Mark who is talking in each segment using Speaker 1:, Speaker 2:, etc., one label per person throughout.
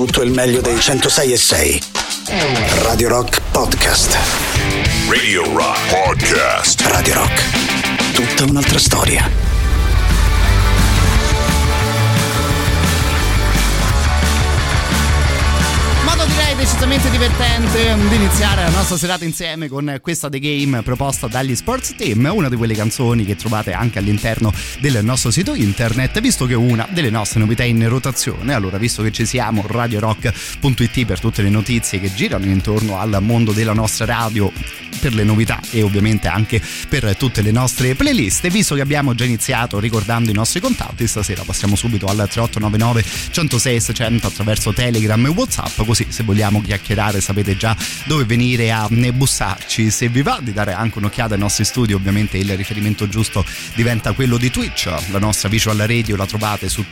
Speaker 1: tutto il meglio dei 106.6. Radio Rock Podcast.
Speaker 2: Radio Rock Podcast.
Speaker 1: Radio Rock. Tutta un'altra storia.
Speaker 3: Direi decisamente divertente di iniziare la nostra serata insieme con questa The Game proposta dagli Sports Team, una di quelle canzoni che trovate anche all'interno del nostro sito internet, visto che è una delle nostre novità in rotazione. Allora, visto che ci siamo, radiorock.it per tutte le notizie che girano intorno al mondo della nostra radio, per le novità e ovviamente anche per tutte le nostre playlist. Visto che abbiamo già iniziato ricordando i nostri contatti, stasera passiamo subito al 3899 106 600 attraverso Telegram e WhatsApp, così se vogliamo chiacchierare sapete già dove venire a bussarci. Se vi va di dare anche un'occhiata ai nostri studi, ovviamente il riferimento giusto diventa quello di Twitch. La nostra visual radio la trovate su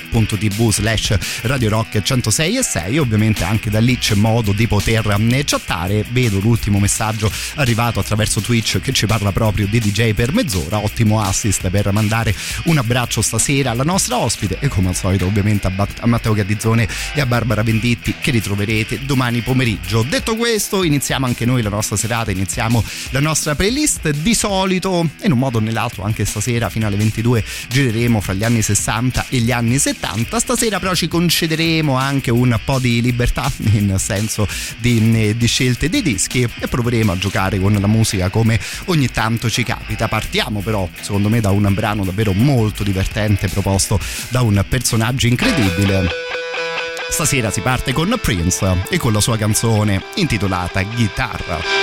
Speaker 3: twitch.tv/Radio Rock 106.6. Ovviamente anche da lì c'è modo di poter chattare. Vedo l'ultimo messaggio arrivato attraverso Twitch che ci parla proprio di DJ per mezz'ora. Ottimo assist per mandare un abbraccio stasera alla nostra ospite e come al solito ovviamente a Matteo Gaddizzone e a Barbara Venditti, che ritroverete domani pomeriggio. Detto questo, iniziamo anche noi la nostra serata, iniziamo la nostra playlist. Di solito in un modo o nell'altro anche stasera fino alle 22 gireremo fra gli anni 60 e gli anni 70. Stasera però ci concederemo anche un po' di libertà in senso di scelte dei dischi e proveremo a giocare con la musica come ogni tanto ci capita. Partiamo però secondo me da un brano davvero molto divertente proposto da un personaggio incredibile. Stasera si parte con Prince e con la sua canzone intitolata Chitarra.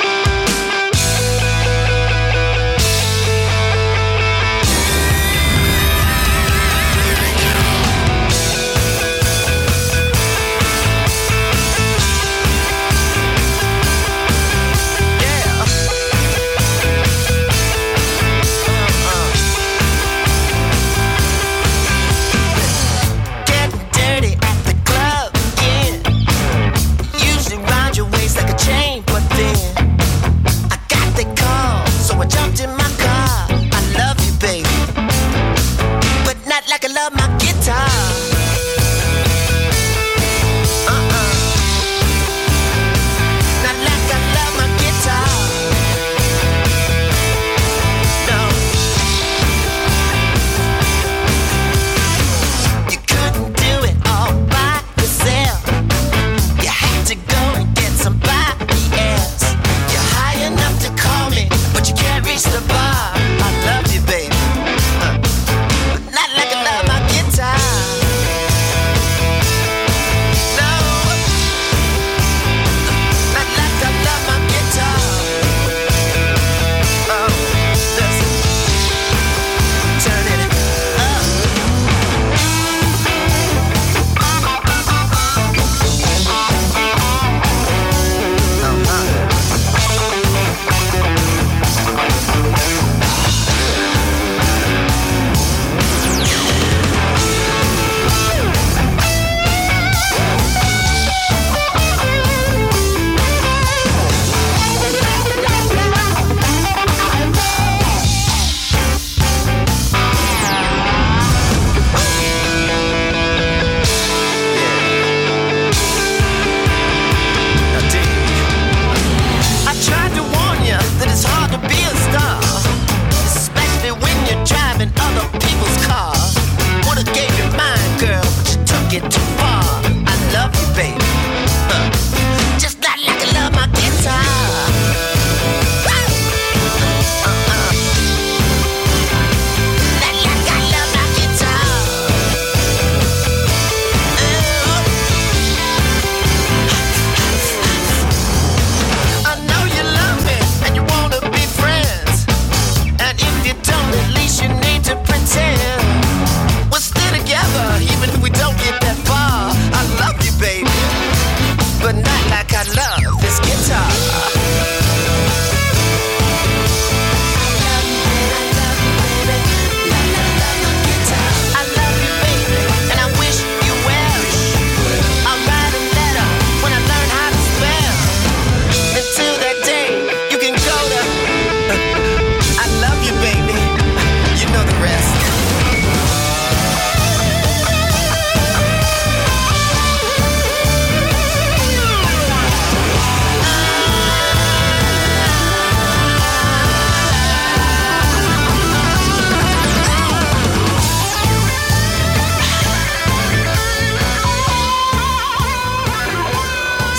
Speaker 4: Chain, but then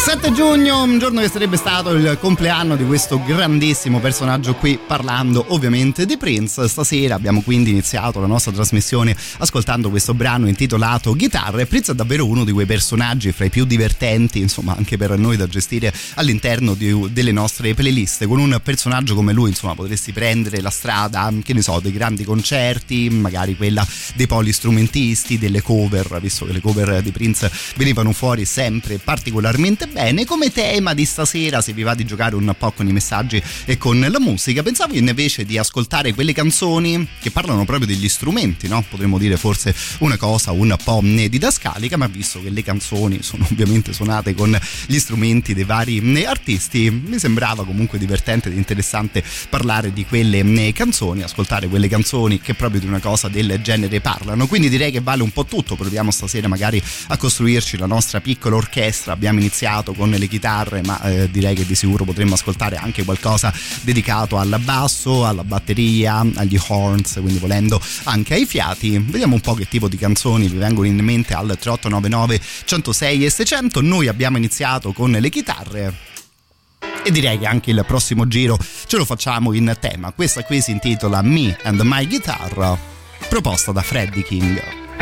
Speaker 3: 7 giugno, un giorno che sarebbe stato il compleanno di questo grandissimo personaggio qui, parlando ovviamente di Prince. Stasera abbiamo quindi iniziato la nostra trasmissione ascoltando questo brano intitolato Chitarre. Prince è davvero uno di quei personaggi fra i più divertenti, insomma, anche per noi da gestire all'interno delle nostre playlist. Con un personaggio come lui, insomma, potresti prendere la strada, che ne so, dei grandi concerti, magari quella dei polistrumentisti, delle cover, visto che le cover di Prince venivano fuori sempre particolarmente bene. Come tema di stasera, se vi va di giocare un po' con i messaggi e con la musica, pensavo invece di ascoltare quelle canzoni che parlano proprio degli strumenti, no? Potremmo dire forse una cosa un po' didascalica, ma visto che le canzoni sono ovviamente suonate con gli strumenti dei vari artisti, mi sembrava comunque divertente ed interessante parlare di quelle canzoni, ascoltare quelle canzoni che proprio di una cosa del genere parlano. Quindi direi che vale un po' tutto. Proviamo stasera magari a costruirci la nostra piccola orchestra. Abbiamo iniziato con le chitarre, ma direi che di sicuro potremmo ascoltare anche qualcosa dedicato al basso, alla batteria, agli horns, quindi volendo anche ai fiati. Vediamo un po' che tipo di canzoni vi vengono in mente al 3899 106 e 600. Noi abbiamo iniziato con le chitarre e direi che anche il prossimo giro ce lo facciamo in tema. Questa qui si intitola Me and My Guitar, proposta da Freddie King.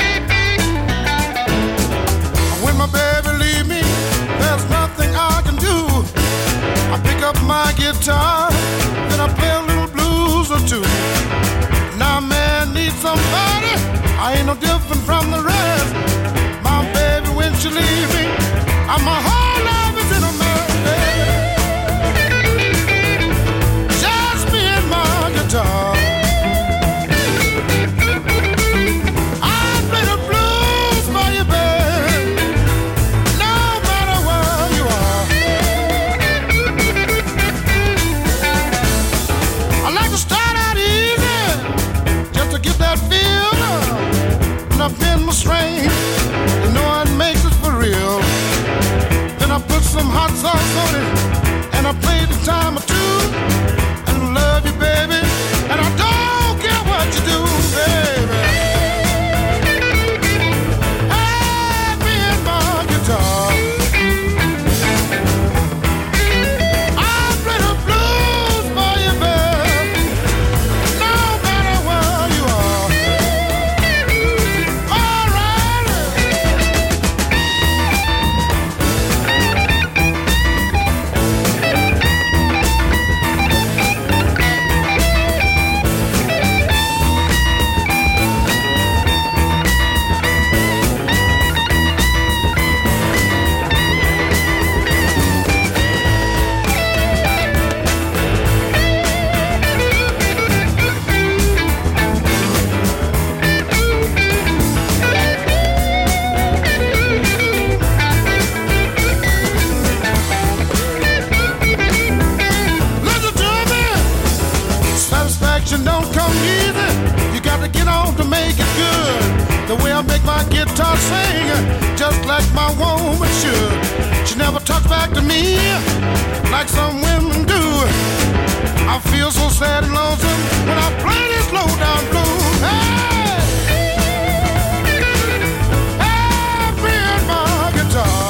Speaker 4: When my baby leave me, there's nothing I can do. I pick up my guitar, then I play a little blues or two. Now man needs somebody, I ain't no different from the rest. My baby, when she leave me, my whole life is in a mess. Just me and my guitar. Strange, you know it makes it for real. Then I put some hot sauce on it, and I played the time or two, and I love you, baby, and I don't care what you do, baby. Hey, me and my guitar, I play the blues for you, baby, no matter where you are. Don't come easy, you got to get on to make it good. The way I make my guitar sing, just like my woman should. She never talks back to me like some women do. I feel so sad and lonesome when I play this low down blues. Hey, hey, me and my guitar.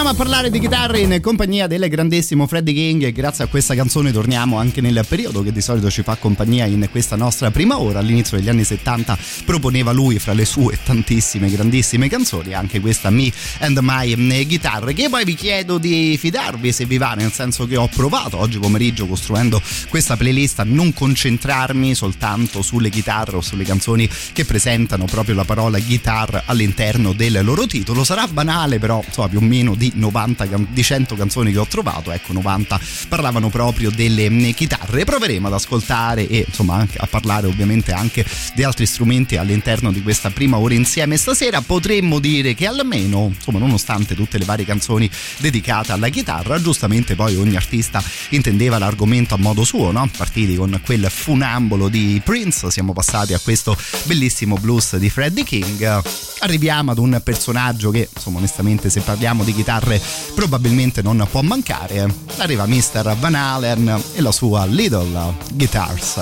Speaker 3: Torniamo a parlare di chitarre in compagnia del grandissimo Freddie King e grazie a questa canzone torniamo anche nel periodo che di solito ci fa compagnia in questa nostra prima ora. All'inizio degli anni 70 proponeva lui fra le sue tantissime grandissime canzoni anche questa Me and My Guitar, che poi vi chiedo di fidarvi se vi va, nel senso che ho provato oggi pomeriggio costruendo questa playlist a non concentrarmi soltanto sulle chitarre o sulle canzoni che presentano proprio la parola guitar all'interno del loro titolo. Sarà banale, però insomma più o meno di 100 canzoni che ho trovato, ecco 90 parlavano proprio delle chitarre. Proveremo ad ascoltare e insomma anche a parlare ovviamente anche di altri strumenti all'interno di questa prima ora insieme stasera. Potremmo dire che almeno insomma nonostante tutte le varie canzoni dedicate alla chitarra, giustamente poi ogni artista intendeva l'argomento a modo suo, no? Partiti con quel funambolo di Prince, siamo passati a questo bellissimo blues di Freddie King, arriviamo ad un personaggio che insomma onestamente se parliamo di chitarre probabilmente non può mancare. Arriva Mr. Van Halen e la sua Little Guitars.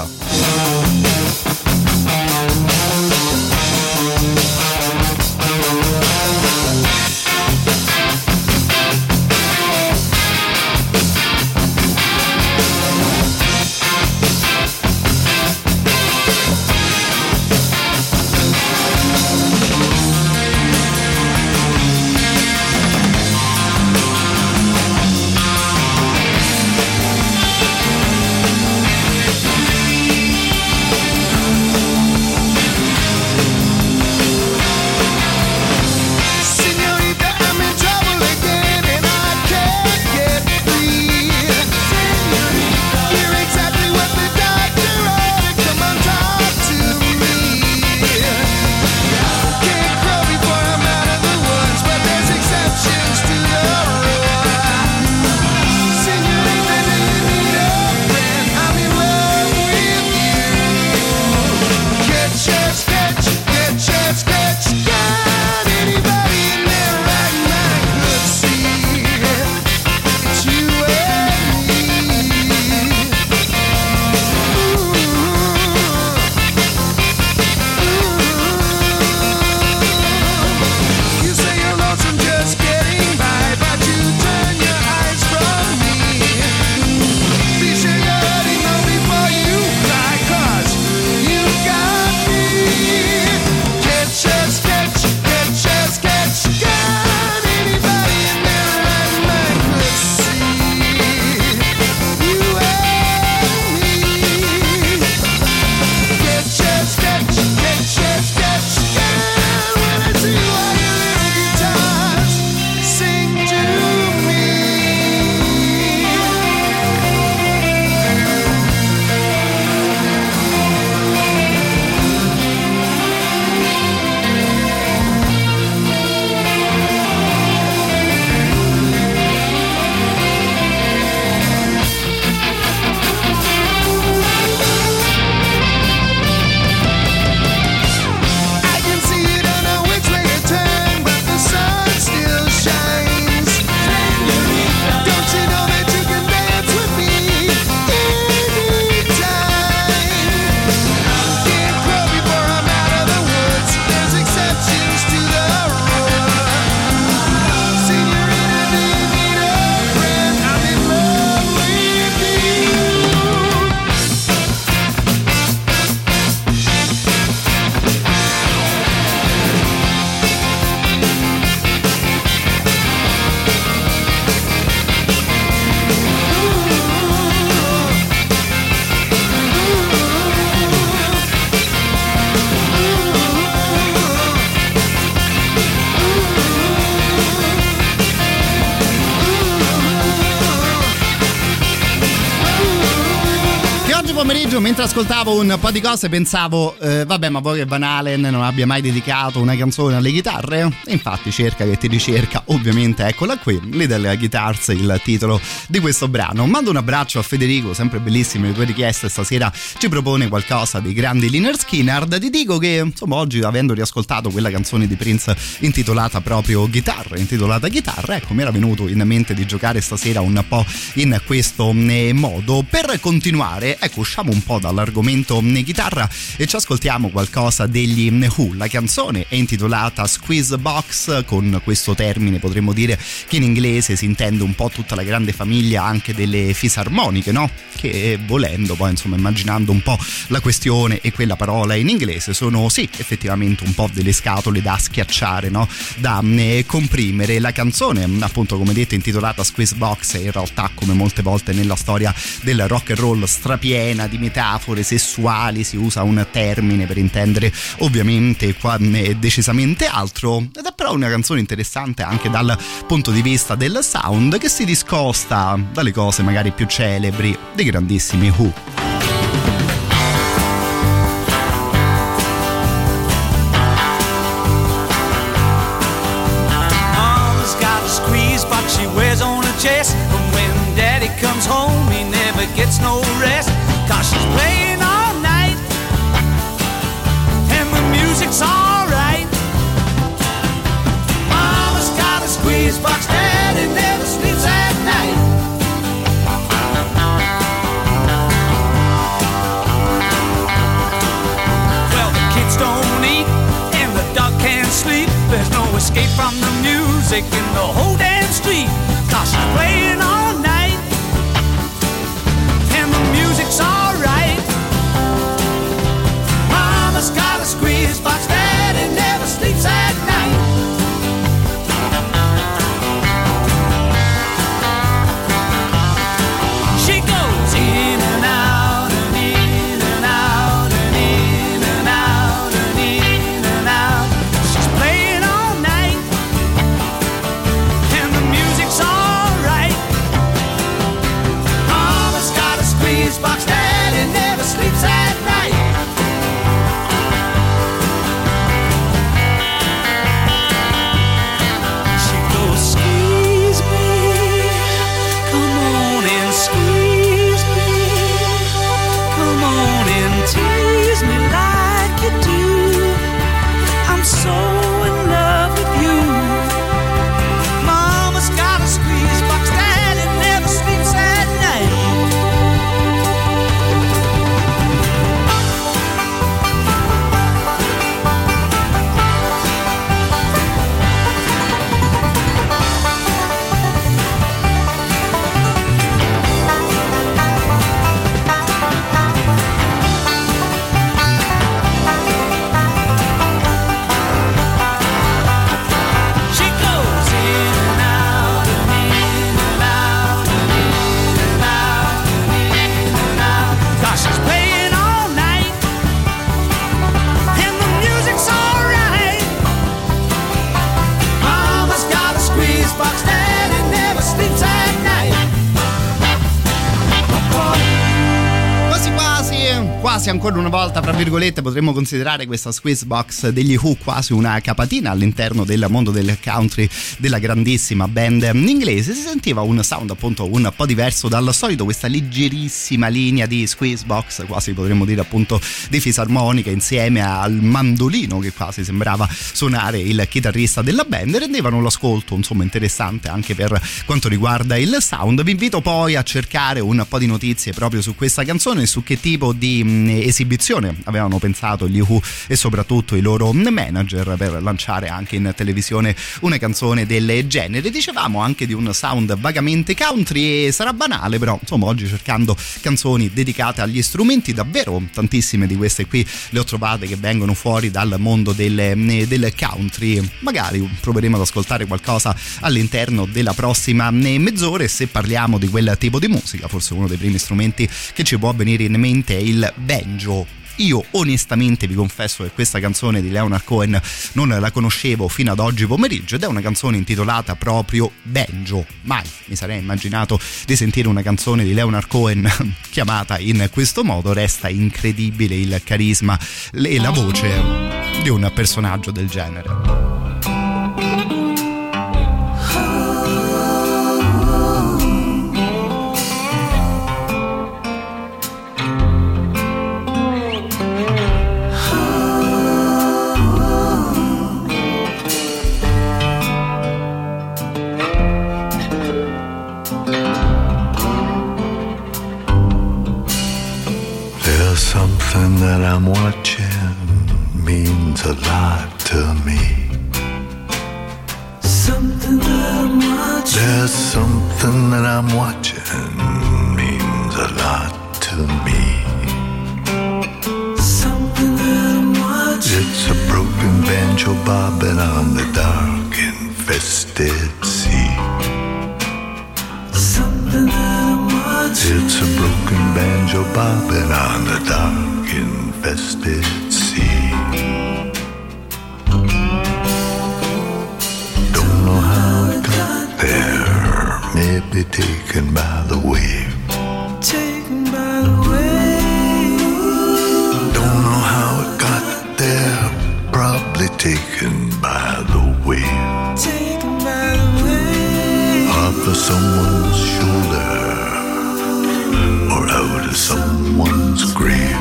Speaker 3: Mentre ascoltavo un po' di cose pensavo vabbè, ma poi che Van Halen non abbia mai dedicato una canzone alle chitarre? E infatti cerca che ti ricerca, ovviamente eccola qui, Little Guitars, il titolo di questo brano. Mando un abbraccio a Federico, sempre bellissime le tue richieste, stasera ci propone qualcosa dei grandi Lynyrd Skynyrd. Ti dico che insomma oggi, avendo riascoltato quella canzone di Prince intitolata proprio Chitarra, ecco, mi era venuto in mente di giocare stasera un po' in questo modo. Per continuare, ecco, usciamo un po' dall'argomento chitarra e ci ascoltiamo qualcosa degli Who. La canzone è intitolata Squeeze Box, con questo termine potremmo dire che in inglese si intende un po' tutta la grande famiglia anche delle fisarmoniche, no? Che volendo poi insomma immaginando un po' la questione e quella parola in inglese sono sì effettivamente un po' delle scatole da schiacciare, no? Da comprimere. La canzone appunto come detto intitolata Squeeze Box è in realtà come molte volte nella storia del rock and roll strapiena di metafore sessuali, si usa un termine per intendere ovviamente qua decisamente altro, ed è però una canzone interessante anche dal punto di vista del sound, che si discosta dalle cose magari più celebri dei grandissimi Who.
Speaker 5: Chest. And when daddy comes home he never gets no rest, 'cause she's playing all night and the music's alright. Mama's got a squeeze box, daddy never sleeps at night. Well, the kids don't eat and the dog can't sleep. There's no escape from the music in the whole damn street. She's playing all night and the music's alright. Mama's got a squeeze box, daddy never sleeps at night. She goes in and out and in and out and in and out and in and out. She's playing all night and the music's alright. Box, daddy never sleeps at night. She goes, squeeze me, come on and squeeze me, come on and tease me like you do. I'm so in love with you. Mama's got a squeeze box, daddy never sleeps at night.
Speaker 3: Quasi ancora una volta, tra virgolette, potremmo considerare questa Squeeze Box degli Who quasi una capatina all'interno del mondo del country della grandissima band inglese. Si sentiva un sound appunto un po' diverso dal solito, questa leggerissima linea di Squeeze Box, quasi potremmo dire appunto di fisarmonica insieme al mandolino che quasi sembrava suonare il chitarrista della band, rendevano l'ascolto insomma interessante anche per quanto riguarda il sound. Vi invito poi a cercare un po' di notizie proprio su questa canzone e su che tipo di esibizione avevano pensato gli Who e soprattutto i loro manager per lanciare anche in televisione una canzone del genere. Dicevamo anche di un sound vagamente country e sarà banale, però insomma oggi cercando canzoni dedicate agli strumenti, davvero tantissime di queste qui le ho trovate che vengono fuori dal mondo del country. Magari proveremo ad ascoltare qualcosa all'interno della prossima mezz'ora, e se parliamo di quel tipo di musica forse uno dei primi strumenti che ci può venire in mente è il banjo. Io onestamente vi confesso che questa canzone di Leonard Cohen non la conoscevo fino ad oggi pomeriggio, ed è una canzone intitolata proprio Banjo. Mai mi sarei immaginato di sentire una canzone di Leonard Cohen chiamata in questo modo. Resta incredibile il carisma e la voce di un personaggio del genere.
Speaker 6: There's something that I'm watching means a lot to me.
Speaker 5: Something that I'm watching.
Speaker 6: It's a broken banjo bobbing on the dark infested sea.
Speaker 5: Something that I'm watching.
Speaker 6: It's a broken banjo bobbing on the dark infested sea. Don't know how it got there, maybe taken by the wave.
Speaker 5: Taken by the wave.
Speaker 6: Don't know how it got there, probably taken by the wave.
Speaker 5: Taken by the wave.
Speaker 6: Off of someone's shoulder, or out of someone's grave.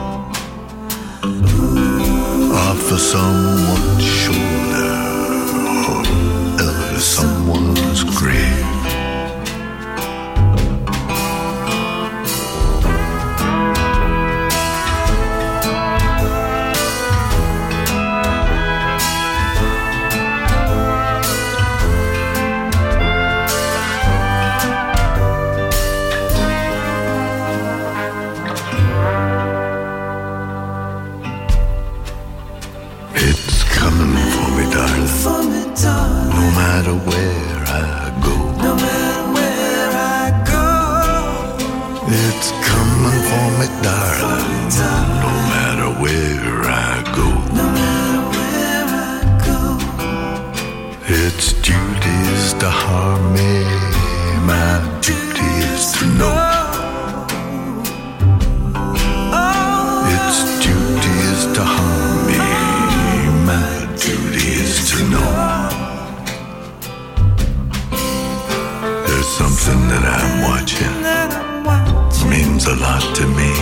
Speaker 6: Off of someone's shoulder, or out of someone's grave. It's coming for me, darling.
Speaker 5: For me, darling.
Speaker 6: No matter where I go.
Speaker 5: No matter where I go.
Speaker 6: It's coming for me, darling. No matter where I go.
Speaker 5: No matter where I go.
Speaker 6: Its duty is to harm me. My duty is to know. Its duty is to harm me. My duty is to know. There's something that I'm watching.
Speaker 5: That I'm watching.
Speaker 6: Means a lot to me.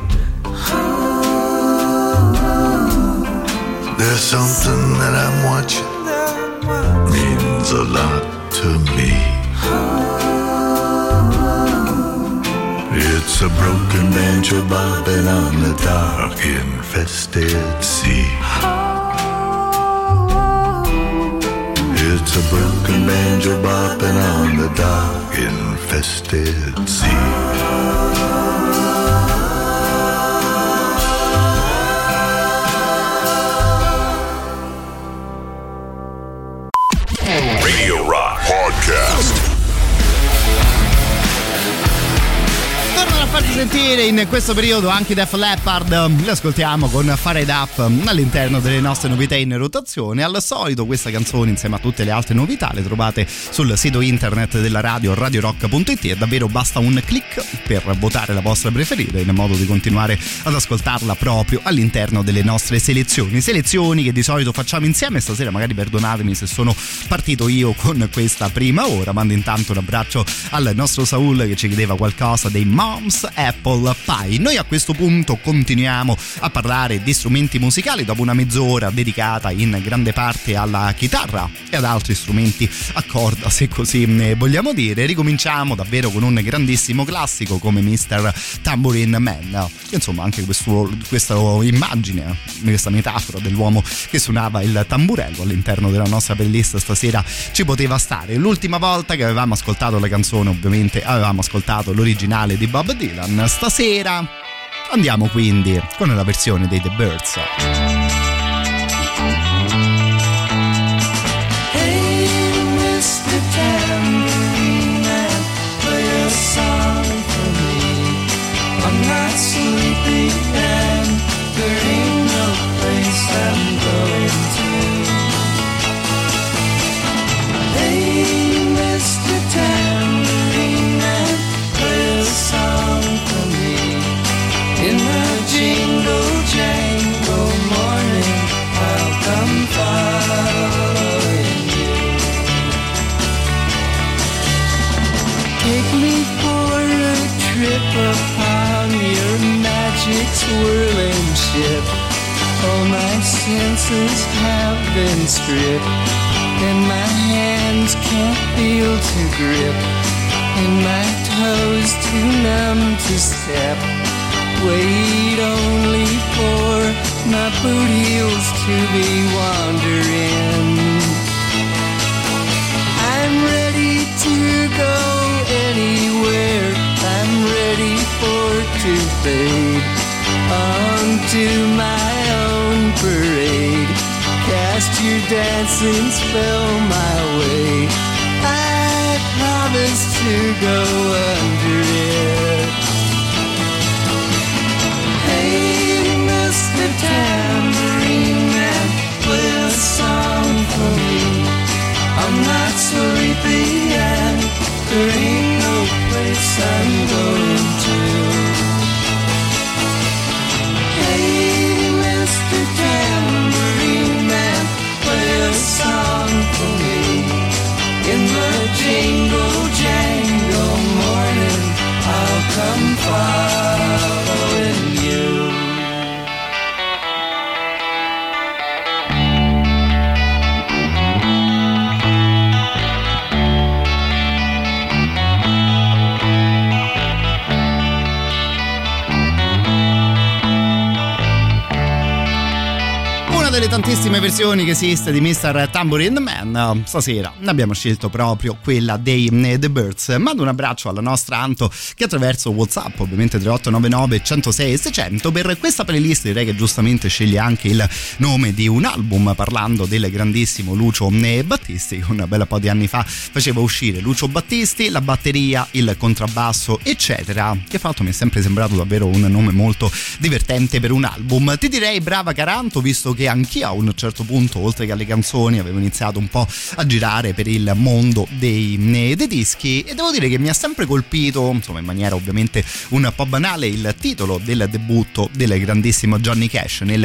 Speaker 6: There's something that I'm watching. Means a lot to me. It's a broken banjo bobbing on the dark infested sea. It's a broken banjo bobbing on the dark infested sea.
Speaker 2: Radio Rock Podcast.
Speaker 3: Tornano a farci sentire in questo periodo anche Def Leppard, li ascoltiamo con Fire It Up all'interno delle nostre novità in rotazione. Al solito questa canzone insieme a tutte le altre novità le trovate sul sito internet della radio, radiorock.it, e davvero basta un click per votare la vostra preferita in modo di continuare ad ascoltarla proprio all'interno delle nostre selezioni che di solito facciamo insieme. Stasera magari perdonatemi se sono partito io con questa prima ora. Mando intanto un abbraccio al nostro Saul che ci chiedeva qualcosa dei Mom's Apple Pie. Noi a questo punto continuiamo a parlare di strumenti musicali dopo una mezz'ora dedicata in grande parte alla chitarra e ad altri strumenti a corda, se così vogliamo dire. Ricominciamo davvero con un grandissimo classico come Mr. Tambourine Man, che insomma anche questa immagine, questa metafora dell'uomo che suonava il tamburello all'interno della nostra playlist stasera ci poteva stare. L'ultima volta che avevamo ascoltato la canzone ovviamente avevamo ascoltato l'originale di Bob Dylan. Stasera andiamo quindi con la versione dei The Byrds.
Speaker 5: Hey, Mr. Tambourine Man, play a song for me. I'm not sleepy and there ain't no place I'm going to. Hey, Mr. Tambourine Man, play a song for me. In the jingle jangle morning, I'll come following you. Take me for a trip upon your magic swirling ship. All my senses have been stripped, and my hands can't feel to grip, and my toes too numb to step. Wait only for my boot heels to be wandering. I'm ready to entrancing spell my way. I promise to go under it. Hey, Mr. Tambourine Man, play a song for me. I'm not sleepy and there ain't no place I'm going to. Hey, Mr. Tambourine Man, play a song for me. In the jingle jangle morning, I'll come following you.
Speaker 3: Delle tantissime versioni che esiste di Mr. Tambourine Man, stasera ne abbiamo scelto proprio quella dei The Byrds. Mando un abbraccio alla nostra Anto che attraverso WhatsApp, ovviamente 3899 106 600, per questa playlist direi che giustamente sceglie anche il nome di un album, parlando del grandissimo Lucio Battisti, che un bel po' di anni fa faceva uscire Lucio Battisti, la batteria, il contrabbasso eccetera, che fra l'altro mi è sempre sembrato davvero un nome molto divertente per un album. Ti direi brava Caranto, visto che anch'io a un certo punto, oltre che alle canzoni, avevo iniziato un po' a girare per il mondo dei dischi, e devo dire che mi ha sempre colpito, insomma in maniera ovviamente un po' banale, il titolo del debutto del grandissimo Johnny Cash. Nel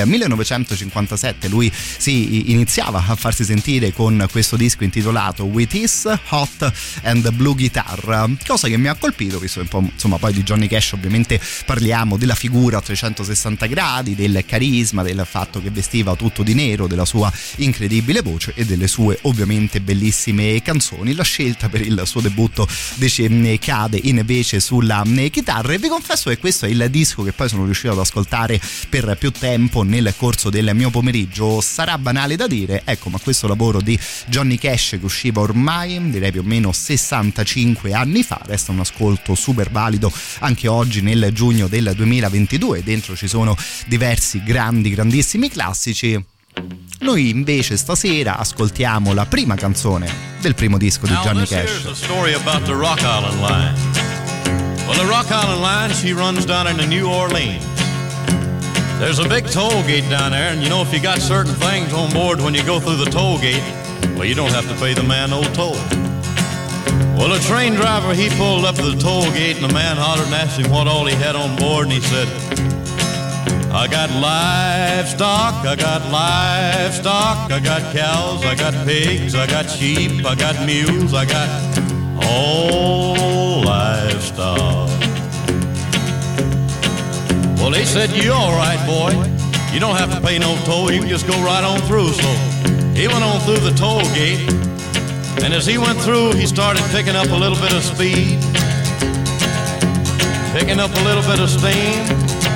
Speaker 3: 1957 lui si iniziava a farsi sentire con questo disco intitolato With His Hot and Blue Guitar, cosa che mi ha colpito, visto che un po', insomma, poi di Johnny Cash ovviamente parliamo della figura a 360 gradi, del carisma, del fatto che vestiva tutto di nero, della sua incredibile voce e delle sue ovviamente bellissime canzoni. La scelta per il suo debutto cade invece sulla chitarra, e vi confesso che questo è il disco che poi sono riuscito ad ascoltare per più tempo nel corso del mio pomeriggio. Sarà banale da dire, ecco, ma questo lavoro di Johnny Cash, che usciva ormai direi più o meno 65 anni fa, resta un ascolto super valido anche oggi nel giugno del 2022. Dentro ci sono diversi grandissimi classici. Noi invece stasera ascoltiamo la prima canzone del primo disco di Johnny Cash.
Speaker 7: Here's a story about the Rock Island Line. Well, the Rock Island Line, she runs down into New Orleans. There's a big toll gate down there, and you know, if you got certain things on board when you go through the toll gate, well, you don't have to pay the man no toll. Well, the train driver, he pulled up to the toll gate, and the man hollered and asked him what all he had on board, and he said, I got livestock, I got cows, I got pigs, I got sheep, I got mules, I got all livestock. Well, they said, you all right, boy. You don't have to pay no toll, you can just go right on through. So he went on through the toll gate, and as he went through, he started picking up a little bit of speed, picking up a little bit of steam.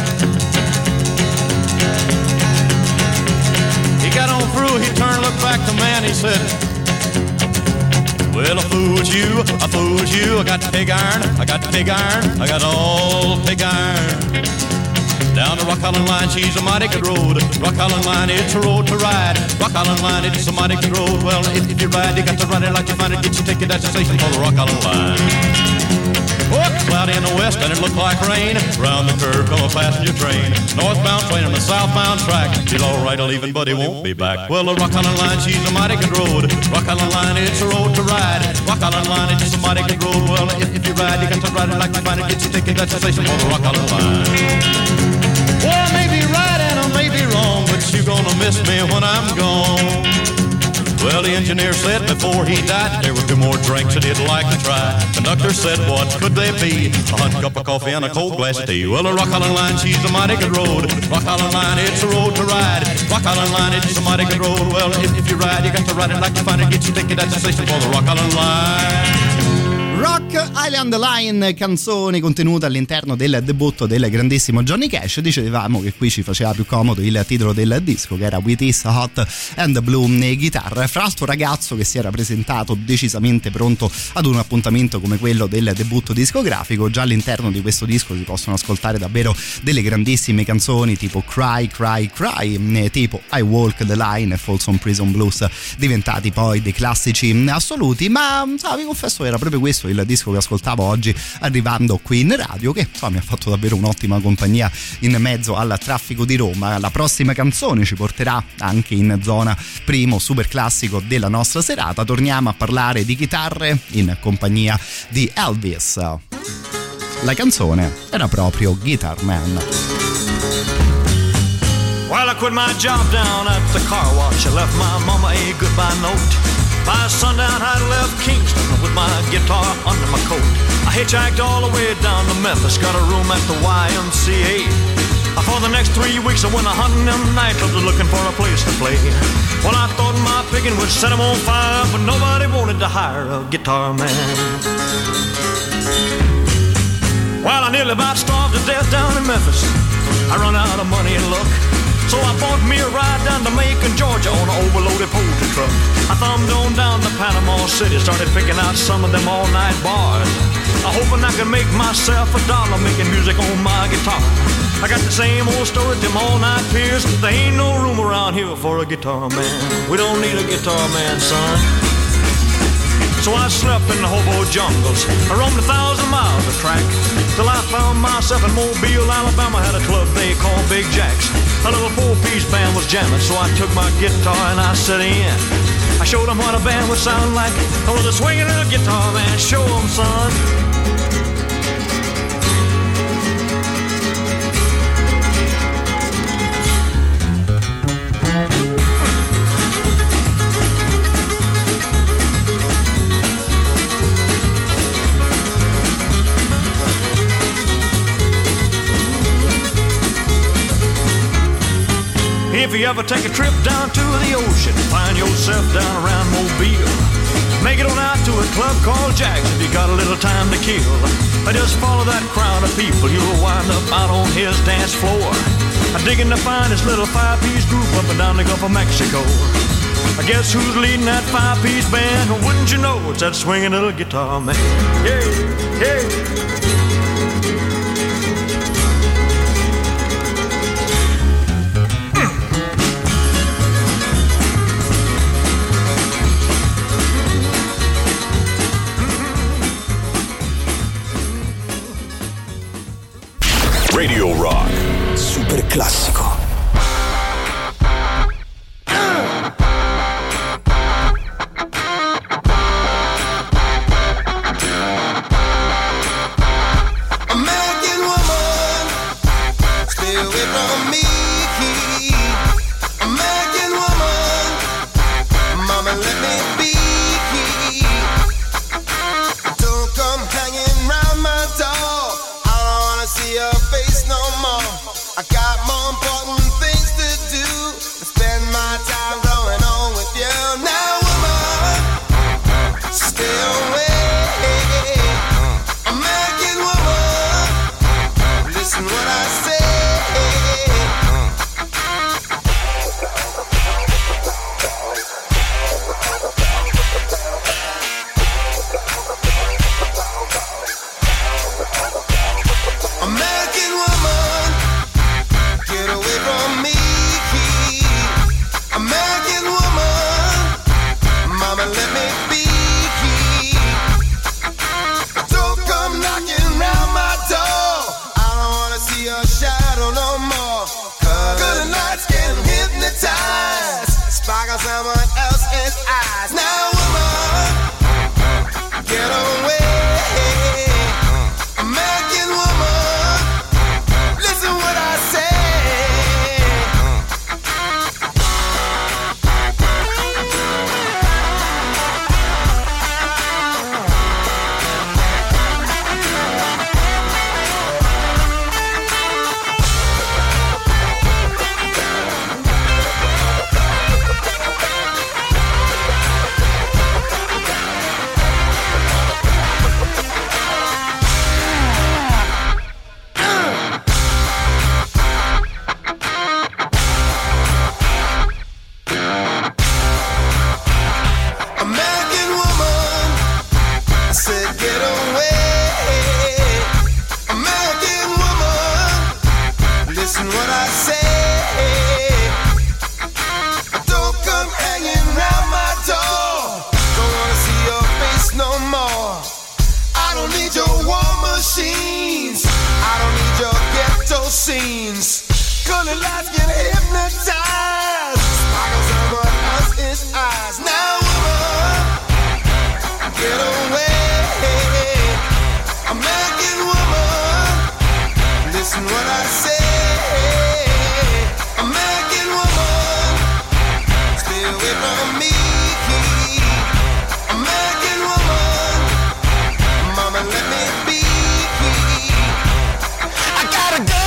Speaker 7: He got on through, he turned, looked back to man, he said, well, I fooled you, I got pig iron, I got all pig iron. Down the Rock Island Line, she's a mighty good road. Rock Island Line, it's a road to ride. Rock Island Line, it's a mighty good road. Well, if you ride, you got to ride it like you find it. Get your ticket at the station for the Rock Island Line. Oh, it's cloudy in the west and it looked like rain. Round the curve come a passenger train. Northbound train on the southbound track. He's all right leaving, but he won't be back. Well, the Rock Island Line, she's a mighty good road. Rock Island Line, it's a road to ride. Rock Island Line, it's a mighty good road. Well, if you ride, you got to ride it like you find it. Get your ticket at the station for the Rock Island Line. Well, I may be right and I may be wrong, but you're gonna miss me when I'm gone. Well, the engineer said before he died there were 2 more drinks that he'd like to try. Conductor said, what could they be? A hot cup of coffee and a cold glass of tea. Well, the Rock Island Line, she's a mighty good road. Rock Island Line, it's a road to ride. Rock Island Line, it's a mighty good road. Well, if you ride, you got to ride it like you find it. Get your ticket at the station for the Rock Island Line.
Speaker 3: Rock Island Line, canzone contenuta all'interno del debutto del grandissimo Johnny Cash. Dicevamo che qui ci faceva più comodo il titolo del disco, che era With His Hot and Blue Guitar. Fra l'altro ragazzo che si era presentato decisamente pronto ad un appuntamento come quello del debutto discografico. Già all'interno di questo disco si possono ascoltare davvero delle grandissime canzoni tipo Cry Cry Cry, tipo I Walk the Line e Folsom Prison Blues, diventati poi dei classici assoluti. Ma vi confesso era proprio questo il disco che ascoltavo oggi arrivando qui in radio, che mi ha fatto davvero un'ottima compagnia in mezzo al traffico di Roma. La prossima canzone ci porterà anche in zona primo super classico della nostra serata. Torniamo a parlare di chitarre in compagnia di Elvis. La canzone era proprio Guitar Man.
Speaker 8: Well, I quit my job down at the car wash. I left my mama a goodbye note. By sundown, I left Kingston with my guitar under my coat. I hitchhiked all the way down to Memphis, got a room at the YMCA. For the next 3 weeks, I went a hunting them nightclubs looking for a place to play. Well, I thought my picking would set them on fire, but nobody wanted to hire a guitar man. Well, I nearly about starved to death down in Memphis. I run out of money and luck. So I bought me a ride down to Macon, Georgia on an overloaded poultry truck. I thumbed on down to Panama City, started picking out some of them all-night bars. Hoping I could make myself $1 making music on my guitar. I got the same old story, them all-night peers. There ain't no room around here for a guitar man. We don't need a guitar man, son. So I slept in the hobo jungles. I roamed 1,000 miles of track till I found myself in Mobile, Alabama. Had a club they called Big Jack's. A little 4-piece band was jamming, so I took my guitar and I set in. I showed them what a band would sound like. I was a swinging little guitar man. Show them, son. If you ever take a trip down to the ocean, find yourself down around Mobile, make it on out to a club called Jack's if you got a little time to kill. I just follow that crowd of people, you'll wind up out on his dance floor. I'm digging to find this little 5-piece group up and down the Gulf of Mexico. I guess who's leading that 5-piece band? Well, wouldn't you know, it's that swinging little guitar man. Yeah, yeah.
Speaker 2: Radio Rock.
Speaker 1: Super classico.
Speaker 4: American woman, stay away from me. American woman, mama, let me be. Don't come hanging round my door. I don't wanna see your face no more. I got more important things to do than spend my time going on with you. Now, woman, stay away. American woman, listen what I say. lonely lights get hypnotized. Sparkles over us, his eyes. Now, woman, get away. American woman, listen what I say. American woman, stay away from me. American woman, mama, let me be. I gotta go.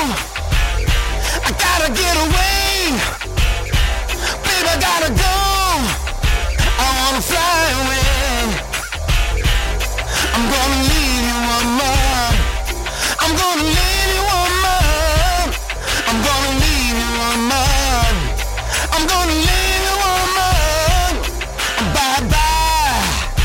Speaker 4: I gotta get away. Baby, I gotta go. I wanna fly away. I'm gonna leave you, woman. I'm gonna leave you, woman. I'm gonna leave you, woman. I'm gonna leave you, woman. Bye bye.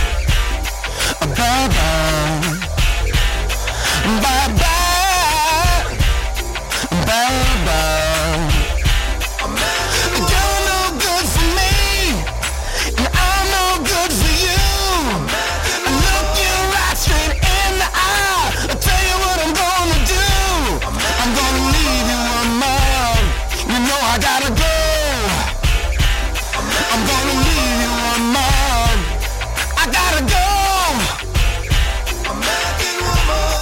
Speaker 4: Bye bye. Bye bye. Bye bye. You're no good for me, and I'm no good for you. Look you right straight in the eye. I'll tell you what I'm gonna do. I'm gonna leave you, woman. You know I gotta go. I'm gonna leave you, woman. I gotta go. American woman.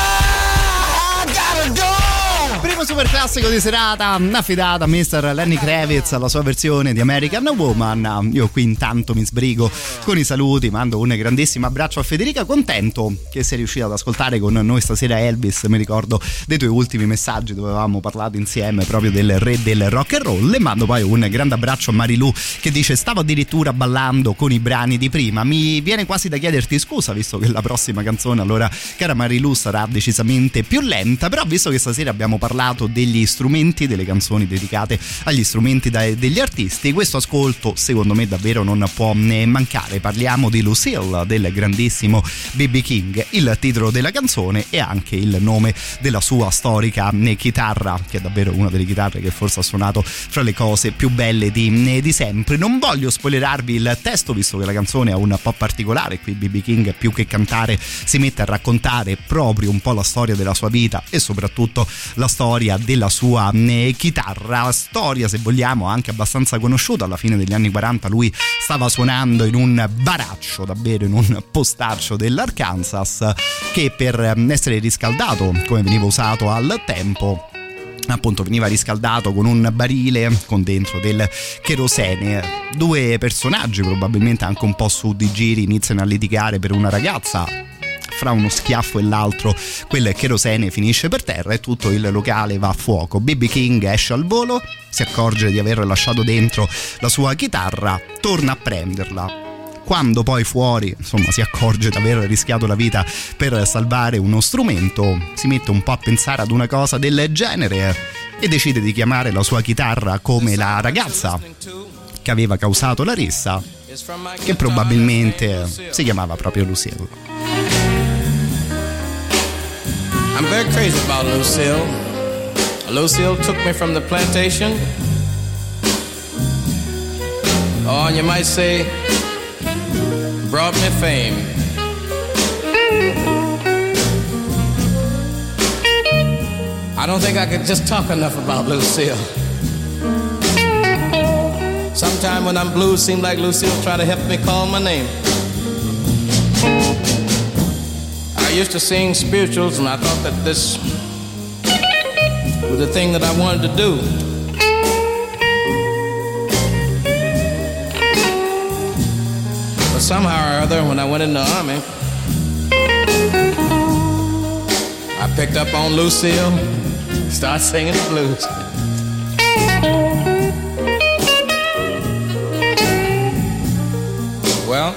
Speaker 4: I gotta go.
Speaker 3: Primo super classico di serata affidata a Mr. Lenny Kravitz alla sua versione di American Woman. Io qui intanto mi sbrigo con i saluti, mando un grandissimo abbraccio a Federica, contento che sei riuscita ad ascoltare con noi stasera Elvis. Mi ricordo dei tuoi ultimi messaggi dove avevamo parlato insieme proprio del re del rock and roll. E mando poi un grande abbraccio a Marilu che dice: stavo addirittura ballando con i brani di prima. Mi viene quasi da chiederti scusa, visto che la prossima canzone, allora, cara Marilu, sarà decisamente più lenta, però visto che stasera abbiamo parlato degli strumenti, delle canzoni dedicate agli strumenti degli artisti, questo ascolto secondo me davvero non può mancare. Parliamo di Lucille del grandissimo B.B. King, il titolo della canzone e anche il nome della sua storica chitarra, che è davvero una delle chitarre che forse ha suonato fra le cose più belle di sempre. Non voglio spoilerarvi il testo, visto che la canzone è un po' particolare. Qui B.B. King, più che cantare, si mette a raccontare proprio un po' la storia della sua vita e soprattutto la storia della sua chitarra, storia se vogliamo anche abbastanza conosciuta. Alla fine degli anni 40 lui stava suonando in un baraccio, davvero in un postaccio dell'Arkansas, che per essere riscaldato, come veniva usato al tempo, appunto veniva riscaldato con un barile con dentro del cherosene. Due personaggi, probabilmente anche un po' su di giri, iniziano a litigare per una ragazza. Fra uno schiaffo e l'altro quel cherosene finisce per terra e tutto il locale va a fuoco. B.B. King esce al volo, si accorge di aver lasciato dentro la sua chitarra, torna a prenderla. Quando poi fuori, insomma, si accorge di aver rischiato la vita per salvare uno strumento, si mette un po' a pensare ad una cosa del genere e decide di chiamare la sua chitarra come la ragazza che aveva causato la rissa, che probabilmente si chiamava proprio Lucille.
Speaker 9: I'm very crazy about Lucille. Lucille took me from the plantation. Oh, and you might say, brought me fame. I don't think I could just talk enough about Lucille. Sometime when I'm blue, it seems like Lucille try to help me call my name. I used to sing spirituals, and I thought that this was the thing that I wanted to do. But somehow or other, when I went in the army, I picked up on Lucille, started singing the blues. Well,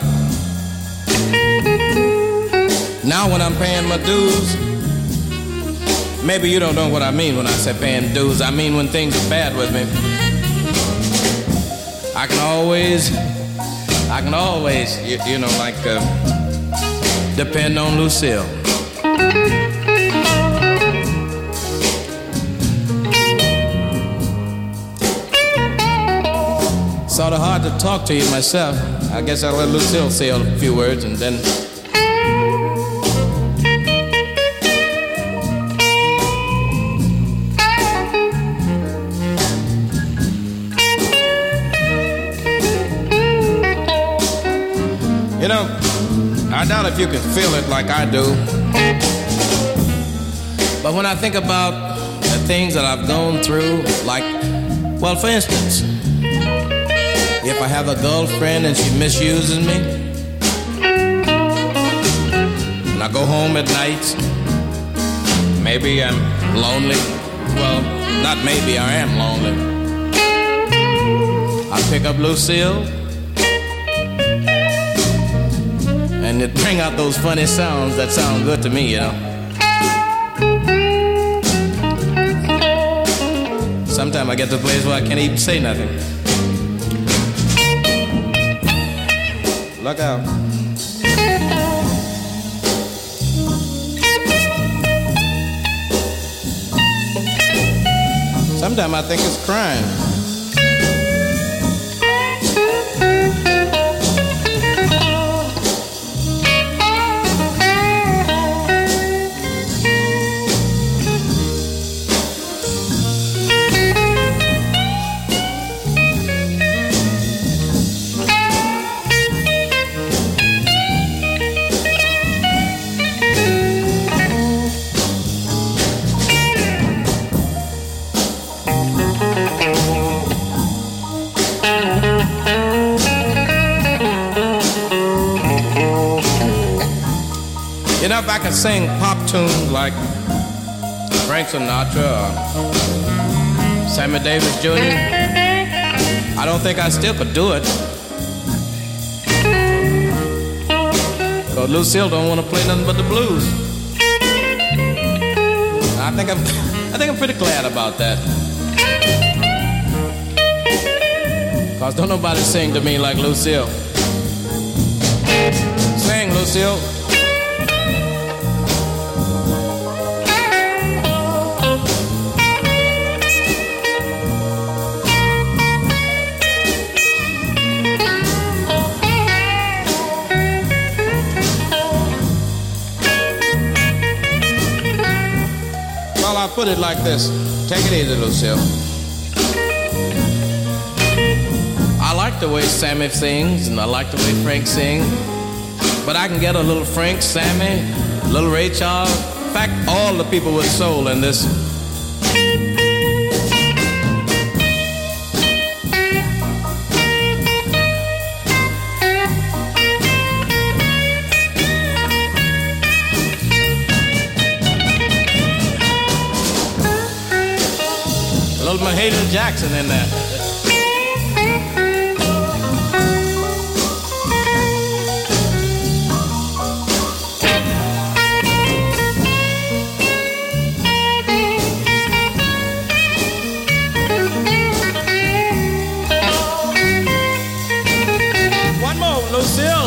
Speaker 9: now when I'm paying my dues, maybe you don't know what I mean when I say paying dues. I mean when things are bad with me, I can always, you know, like depend on Lucille. Sort of hard to talk to you myself. I guess I'll let Lucille say a few words and then. You know, I doubt if you can feel it like I do. But when I think about the things that I've gone through, like, well, for instance, if I have a girlfriend and she misuses me, and I go home at night, maybe I'm lonely. Well, not maybe, I am lonely. I pick up Lucille, and it bring out those funny sounds that sound good to me, you know. Sometimes I get to a place where I can't even say nothing. Look out. Sometimes I think it's crime. You know, if I could sing pop tunes like Frank Sinatra or Sammy Davis Jr., I don't think I still could do it. Because Lucille don't want to play nothing but the blues. I think I'm pretty glad about that. Because don't nobody sing to me like Lucille. Sing, Lucille. I'll put it like this. Take it easy, Lucille. I like the way Sammy sings, and I like the way Frank sings. But I can get a little Frank, Sammy, a little Ray Charles. In fact, all the people with soul in this. Mahalia Jackson in there. One more, Lucille.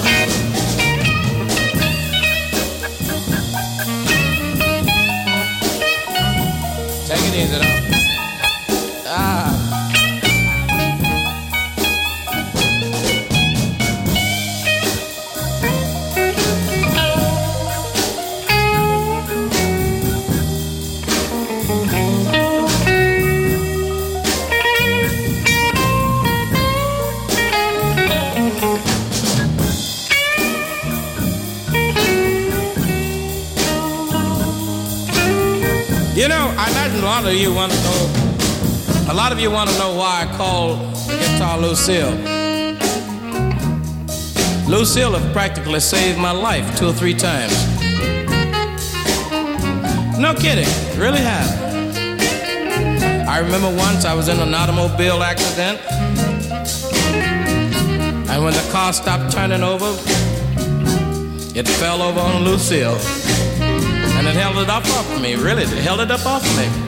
Speaker 9: Take it easy now. You know, I imagine a lot of you want to know. A lot of you want to know why I call the guitar Lucille. Lucille have practically saved my life 2 or 3 times. No kidding, really have. I remember once I was in an automobile accident, and when the car stopped turning over, it fell over on Lucille. And it held it up off of me, really. It held it up off of me.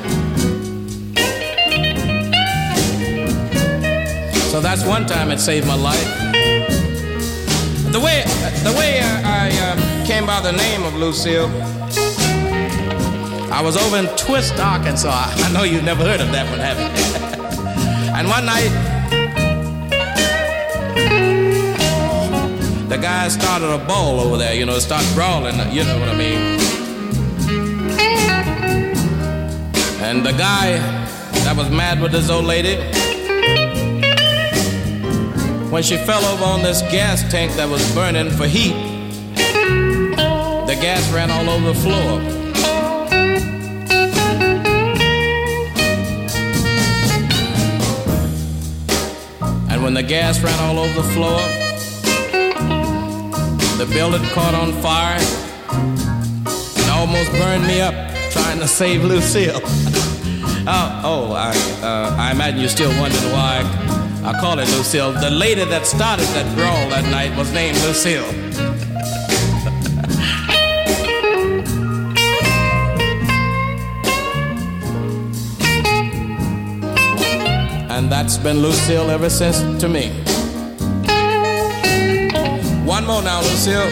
Speaker 9: So that's one time it saved my life. The way I came by the name of Lucille, I was over in Twist, Arkansas. I know you've never heard of that one, have you? And one night, the guy started a ball over there, you know, started brawling, you know what I mean. And the guy that was mad with this old lady, when she fell over on this gas tank that was burning for heat. The gas ran all over the floor. And when the gas ran all over the floor, the building caught on fire and almost burned me up trying to save Lucille. I imagine you're still wondering why I call it Lucille. The lady that started that brawl that night was named Lucille. And that's been Lucille ever since to me. One more now, Lucille.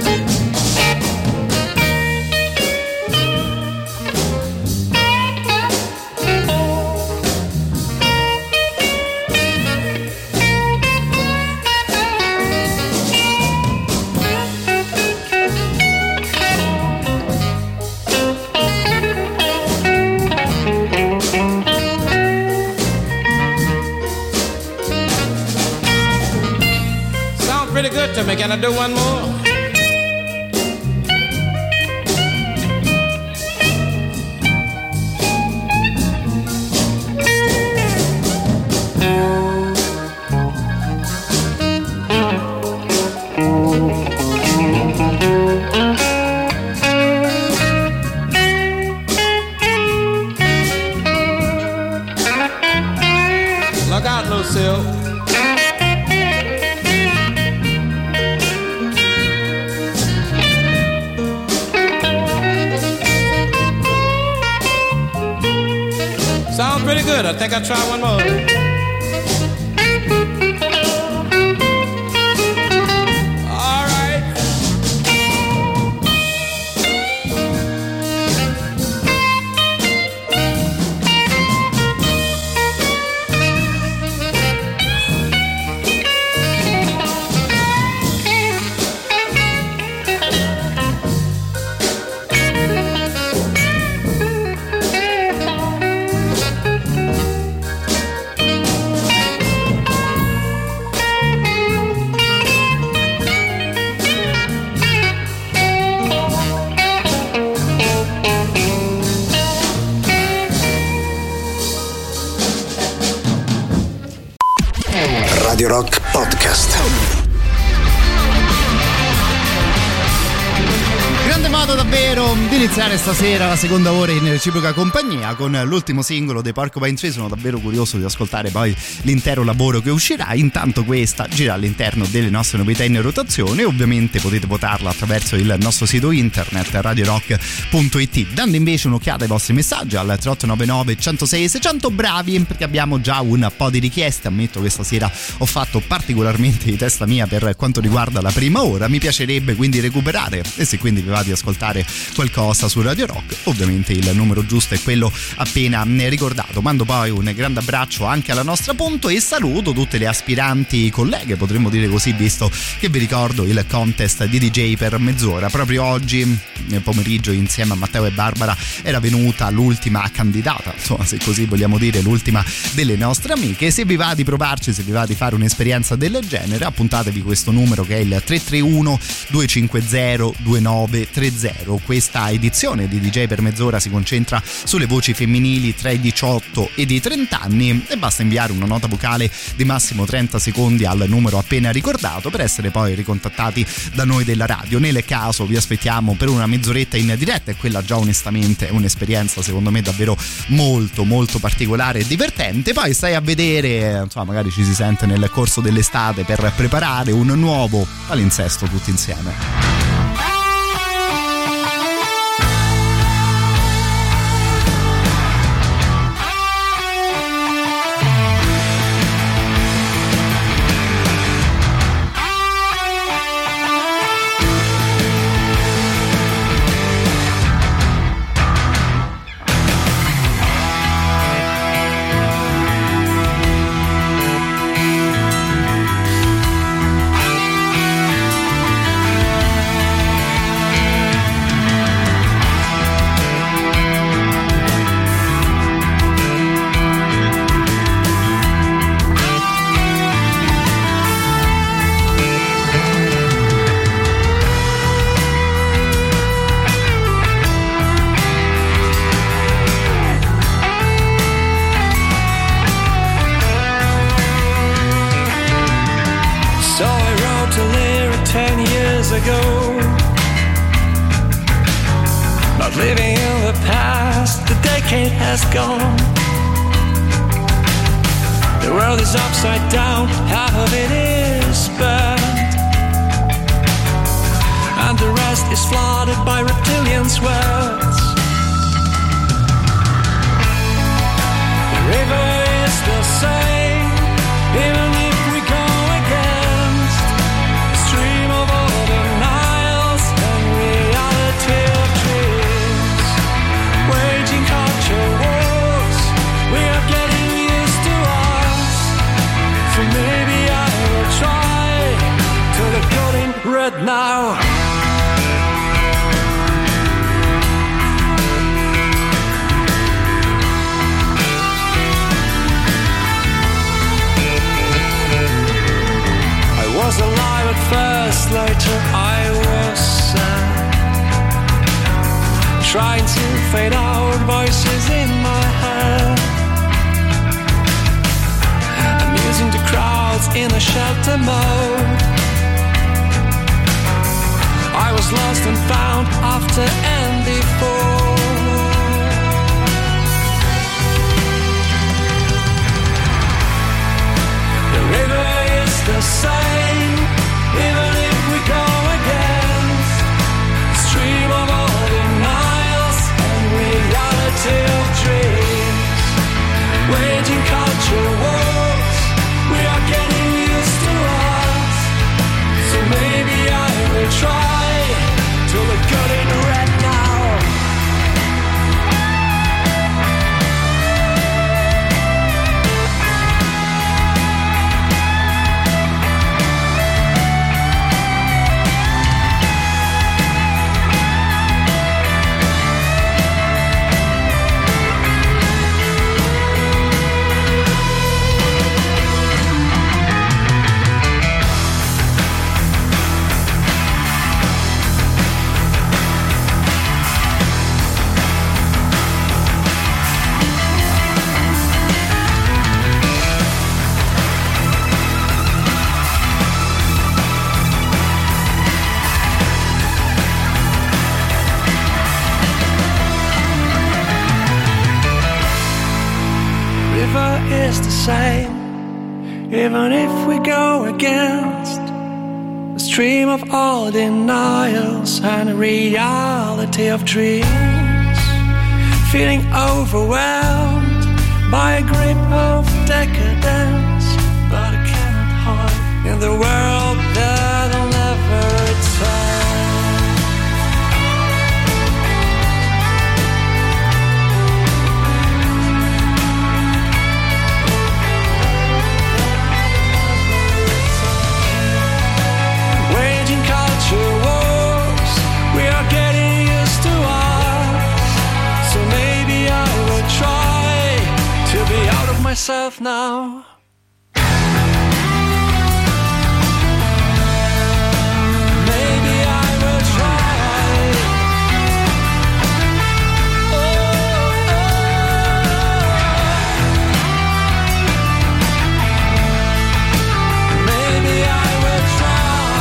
Speaker 9: Pretty good to me. Can I do one more? Look out, Lucille. Sounds pretty good. I think I'll try one more. All right.
Speaker 1: Radio Rock Podcast.
Speaker 3: Grande modo davvero di iniziare stasera la seconda ora in reciproca compagnia con l'ultimo singolo dei Porcupine Tree. Sono davvero curioso di ascoltare poi l'intero lavoro che uscirà. Intanto questa gira all'interno delle nostre novità in rotazione. Ovviamente potete votarla attraverso il nostro sito internet radiorock.it, dando invece un'occhiata ai vostri messaggi al 3899 106 600. Bravi, perché abbiamo già un po' di richieste. Ammetto che stasera ho fatto particolarmente di testa mia per quanto riguarda la prima ora. Mi piacerebbe quindi recuperare, e se quindi vi va di ascoltare qualcosa su Radio Rock, ovviamente il numero giusto è quello appena ricordato. Mando poi un grande abbraccio anche alla nostra Ponto e saluto tutte le aspiranti colleghe, potremmo dire così, visto che vi ricordo il contest di DJ per mezz'ora. Proprio oggi nel pomeriggio insieme a Matteo e Barbara era venuta l'ultima candidata, insomma, se così vogliamo dire, l'ultima delle nostre amiche. Se vi va di provarci, se vi va di fare un'esperienza del genere, appuntatevi questo numero che è il 331 250 2930. Questa edizione di DJ per mezz'ora si concentra sulle voci femminili tra i 18 ed i 30 anni e basta inviare una nota vocale di massimo 30 secondi al numero appena ricordato per essere poi ricontattati da noi della radio. Nel caso vi aspettiamo per una mezz'oretta in diretta, e quella già onestamente è un'esperienza secondo me davvero molto molto particolare e divertente. Poi stai a vedere, insomma, magari ci si sente nel corso dell'estate per preparare un nuovo palinsesto tutti insieme.
Speaker 5: ago. Not living in the past, the decade has gone. The world is upside down, half of it is burned, and the rest is flooded by reptilians' words. The river is the same, even if we go against the stream of all the Niles and reality of dreams. Waging culture wars, we are getting used to us. So maybe I will try to look good in red now. I was alive at first, later I was sad, trying to fade out voices in my head, amusing the crowds in a shelter mode. I was lost and found after and before. The river is the same, even if we go against the stream of all the Niles and reality of dreams. Waging culture wars, we are getting used to us. So maybe I will try to look good in red now. Is the same, even if we go against the stream of all denials and reality of dreams. Feeling overwhelmed by a grip of decadence, but I cannot hide in the world that'll never return. Wars, we are getting used to us. So maybe I will try to be out of myself now. Maybe I will try. Oh, oh. Maybe I will try.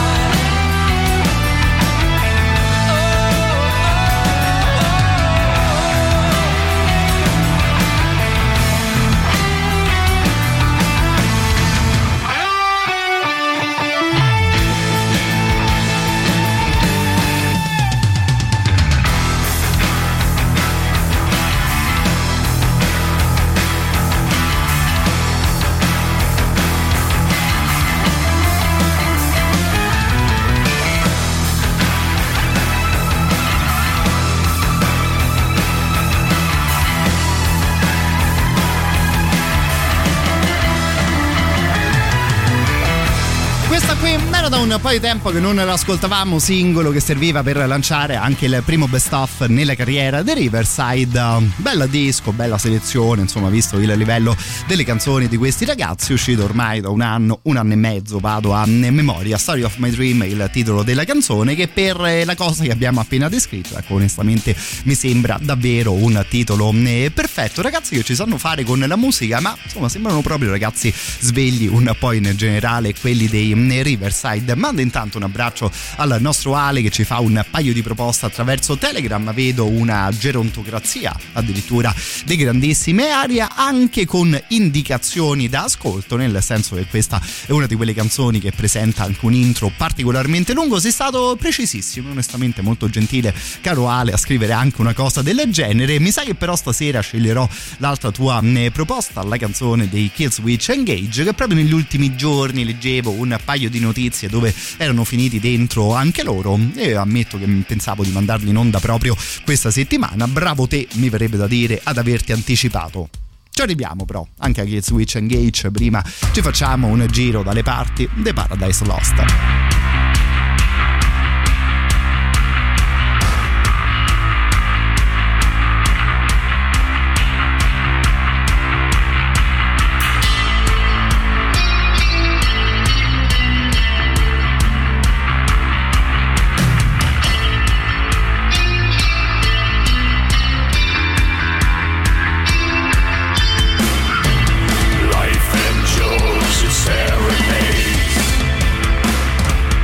Speaker 3: Era da un po' di tempo che non ascoltavamo singolo che serviva per lanciare anche il primo best of nella carriera dei Riverside. Bella disco, bella selezione, insomma, visto il livello delle canzoni di questi ragazzi. Uscito ormai da un anno e mezzo, vado a memoria. Story of My Dream è il titolo della canzone, che per la cosa che abbiamo appena descritto, ecco, onestamente mi sembra davvero un titolo perfetto. Ragazzi che ci sanno fare con la musica, ma insomma sembrano proprio ragazzi svegli un po' in generale, quelli dei Riverside. Mando intanto un abbraccio al nostro Ale che ci fa un paio di proposte attraverso Telegram. Vedo una gerontocrazia addirittura di grandissime aria, anche con indicazioni da ascolto, nel senso che questa è una di quelle canzoni che presenta anche un intro particolarmente lungo. Sei stato precisissimo, onestamente molto gentile, caro Ale, a scrivere anche una cosa del genere. Mi sa che però stasera sceglierò l'altra tua proposta, la canzone dei Killswitch Engage, che proprio negli ultimi giorni leggevo un paio di notizie dove erano finiti dentro anche loro, e ammetto che pensavo di mandarli in onda proprio questa settimana. Bravo te, mi verrebbe da dire, ad averti anticipato. Ci arriviamo però anche a Killswitch Engage, prima ci facciamo un giro dalle parti The Paradise Lost.
Speaker 6: Serenades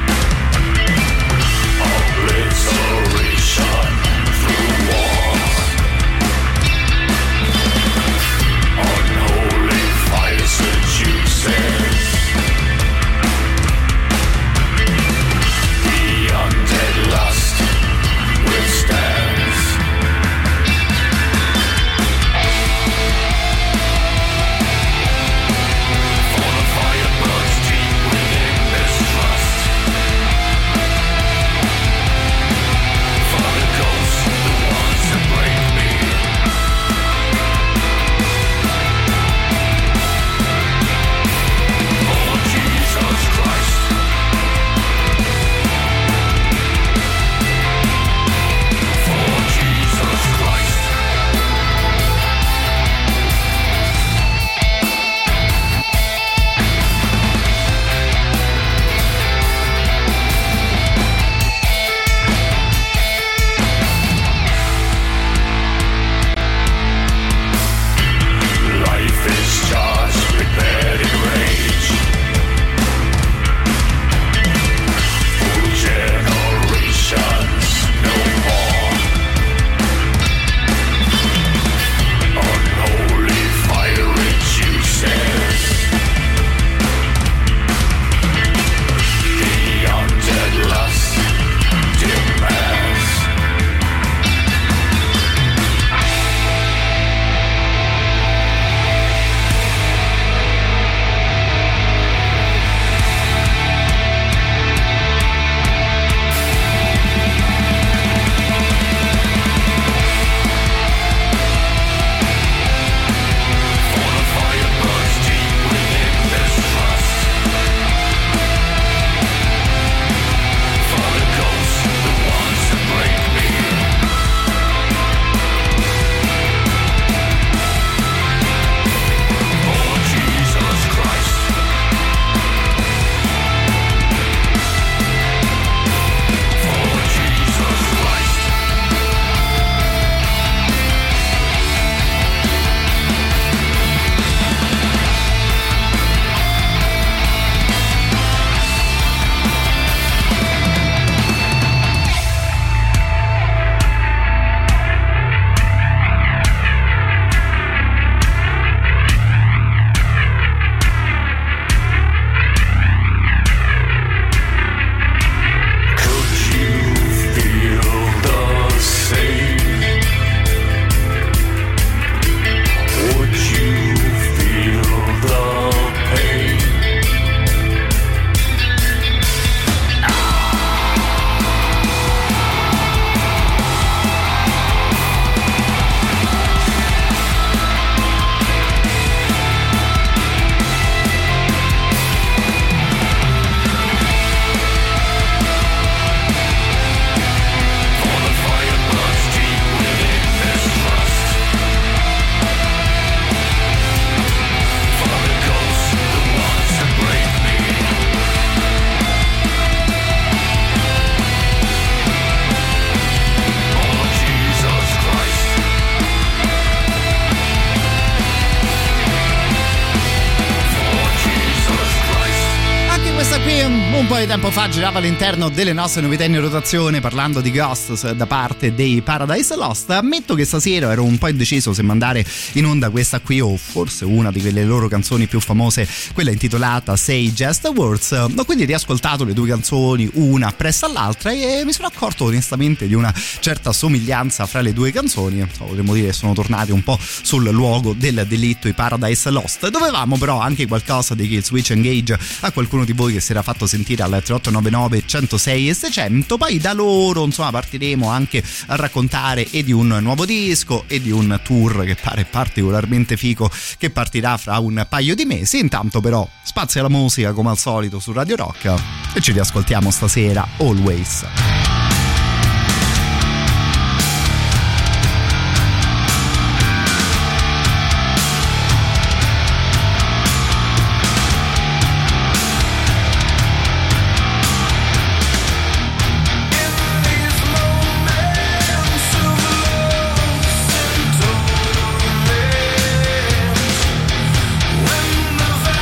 Speaker 3: Un po' di tempo fa girava all'interno delle nostre novità in rotazione parlando di Ghosts da parte dei Paradise Lost. Ammetto che stasera ero un po' indeciso se mandare in onda questa qui o forse una di quelle loro canzoni più famose, quella intitolata Say Just Words. Ho quindi riascoltato le due canzoni una appresso all'altra e mi sono accorto onestamente di una certa somiglianza fra le due canzoni. Potremmo dire che sono tornati un po' sul luogo del delitto i Paradise Lost. Dovevamo però anche qualcosa di Killswitch Engage a qualcuno di voi che si era fatto sentire al 3899 106 e 600. Poi da loro insomma partiremo anche a raccontare e di un nuovo disco e di un tour che pare particolarmente figo che partirà fra un paio di mesi. Intanto però spazio alla musica come al solito su Radio Rock e ci riascoltiamo stasera Always.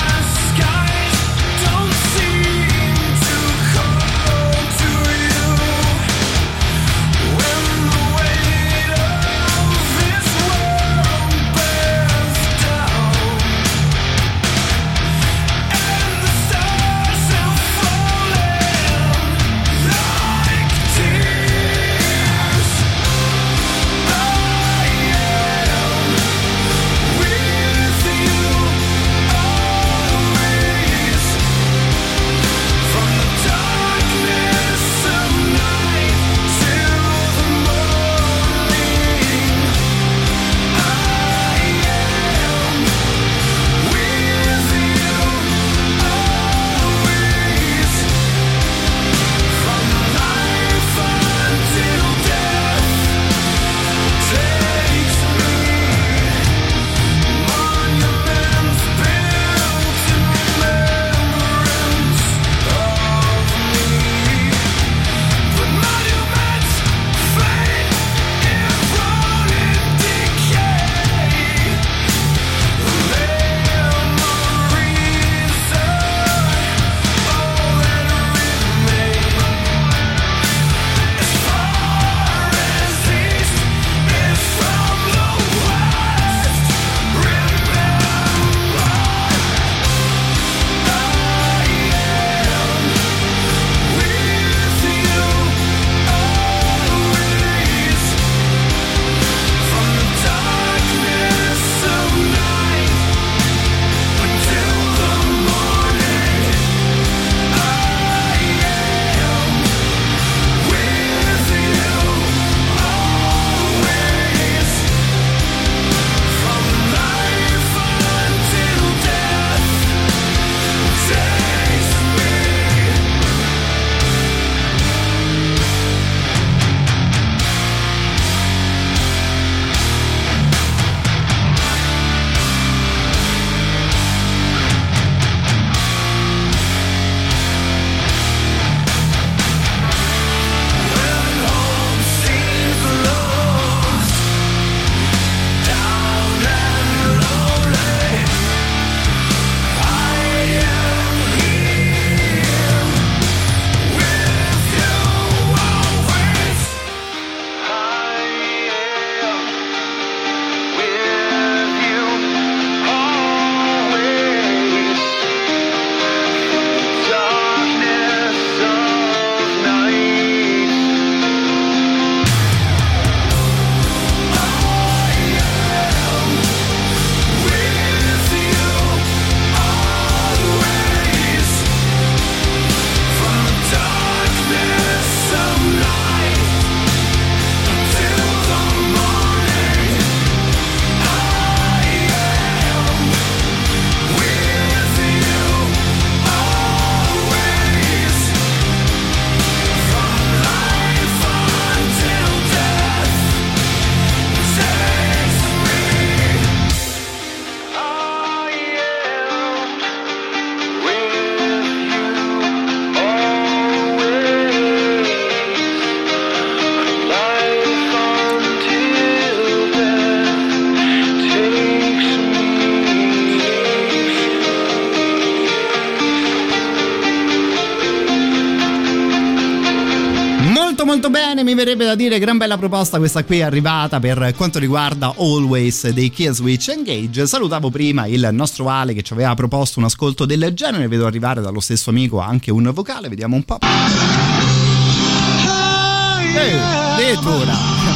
Speaker 5: Don't seem to call to you.
Speaker 3: Molto molto bene, mi verrebbe da dire, gran bella proposta questa qui arrivata per quanto riguarda Always dei Killswitch Engage. Salutavo prima il nostro Ale che ci aveva proposto un ascolto del genere, vedo arrivare dallo stesso amico anche un vocale, vediamo un po'. Addirittura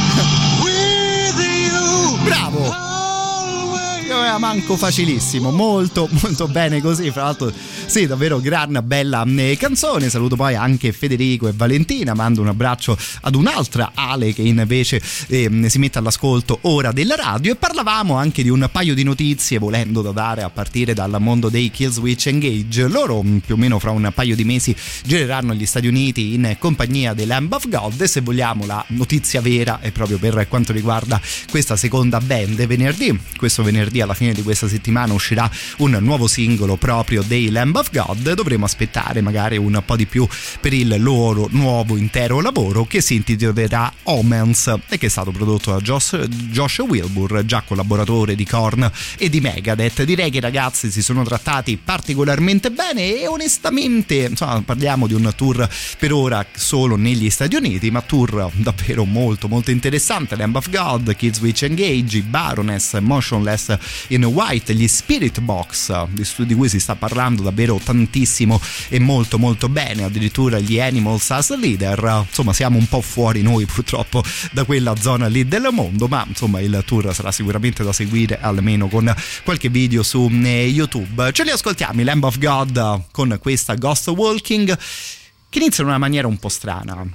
Speaker 3: bravo, manco facilissimo, molto molto bene così. Fra l'altro sì, davvero gran bella canzone. Saluto poi anche Federico e Valentina, mando un abbraccio ad un'altra Ale che invece si mette all'ascolto ora della radio. E parlavamo anche di un paio di notizie volendo da dare a partire dal mondo dei Killswitch Engage. Loro più o meno fra un paio di mesi gireranno gli Stati Uniti in compagnia dei Lamb of God, e se vogliamo la notizia vera è proprio per quanto riguarda questa seconda band. Questo venerdì alla fine di questa settimana uscirà un nuovo singolo proprio dei Lamb of God. Dovremo aspettare magari un po' di più per il loro nuovo intero lavoro, che si intitolerà Omens e che è stato prodotto da Josh Wilbur, già collaboratore di Korn e di Megadeth. Direi che i ragazzi si sono trattati particolarmente bene e onestamente, insomma, parliamo di un tour per ora solo negli Stati Uniti, ma tour davvero molto molto interessante. Lamb of God, Killswitch Engage, Baroness, Motionless in White, gli Spirit Box di cui si sta parlando davvero tantissimo e molto molto bene, addirittura gli Animals as Leader. Insomma, siamo un po' fuori noi purtroppo da quella zona lì del mondo, ma insomma il tour sarà sicuramente da seguire almeno con qualche video su YouTube. Ce li ascoltiamo i Lamb of God con questa Ghost Walking che inizia in una maniera un po' strana,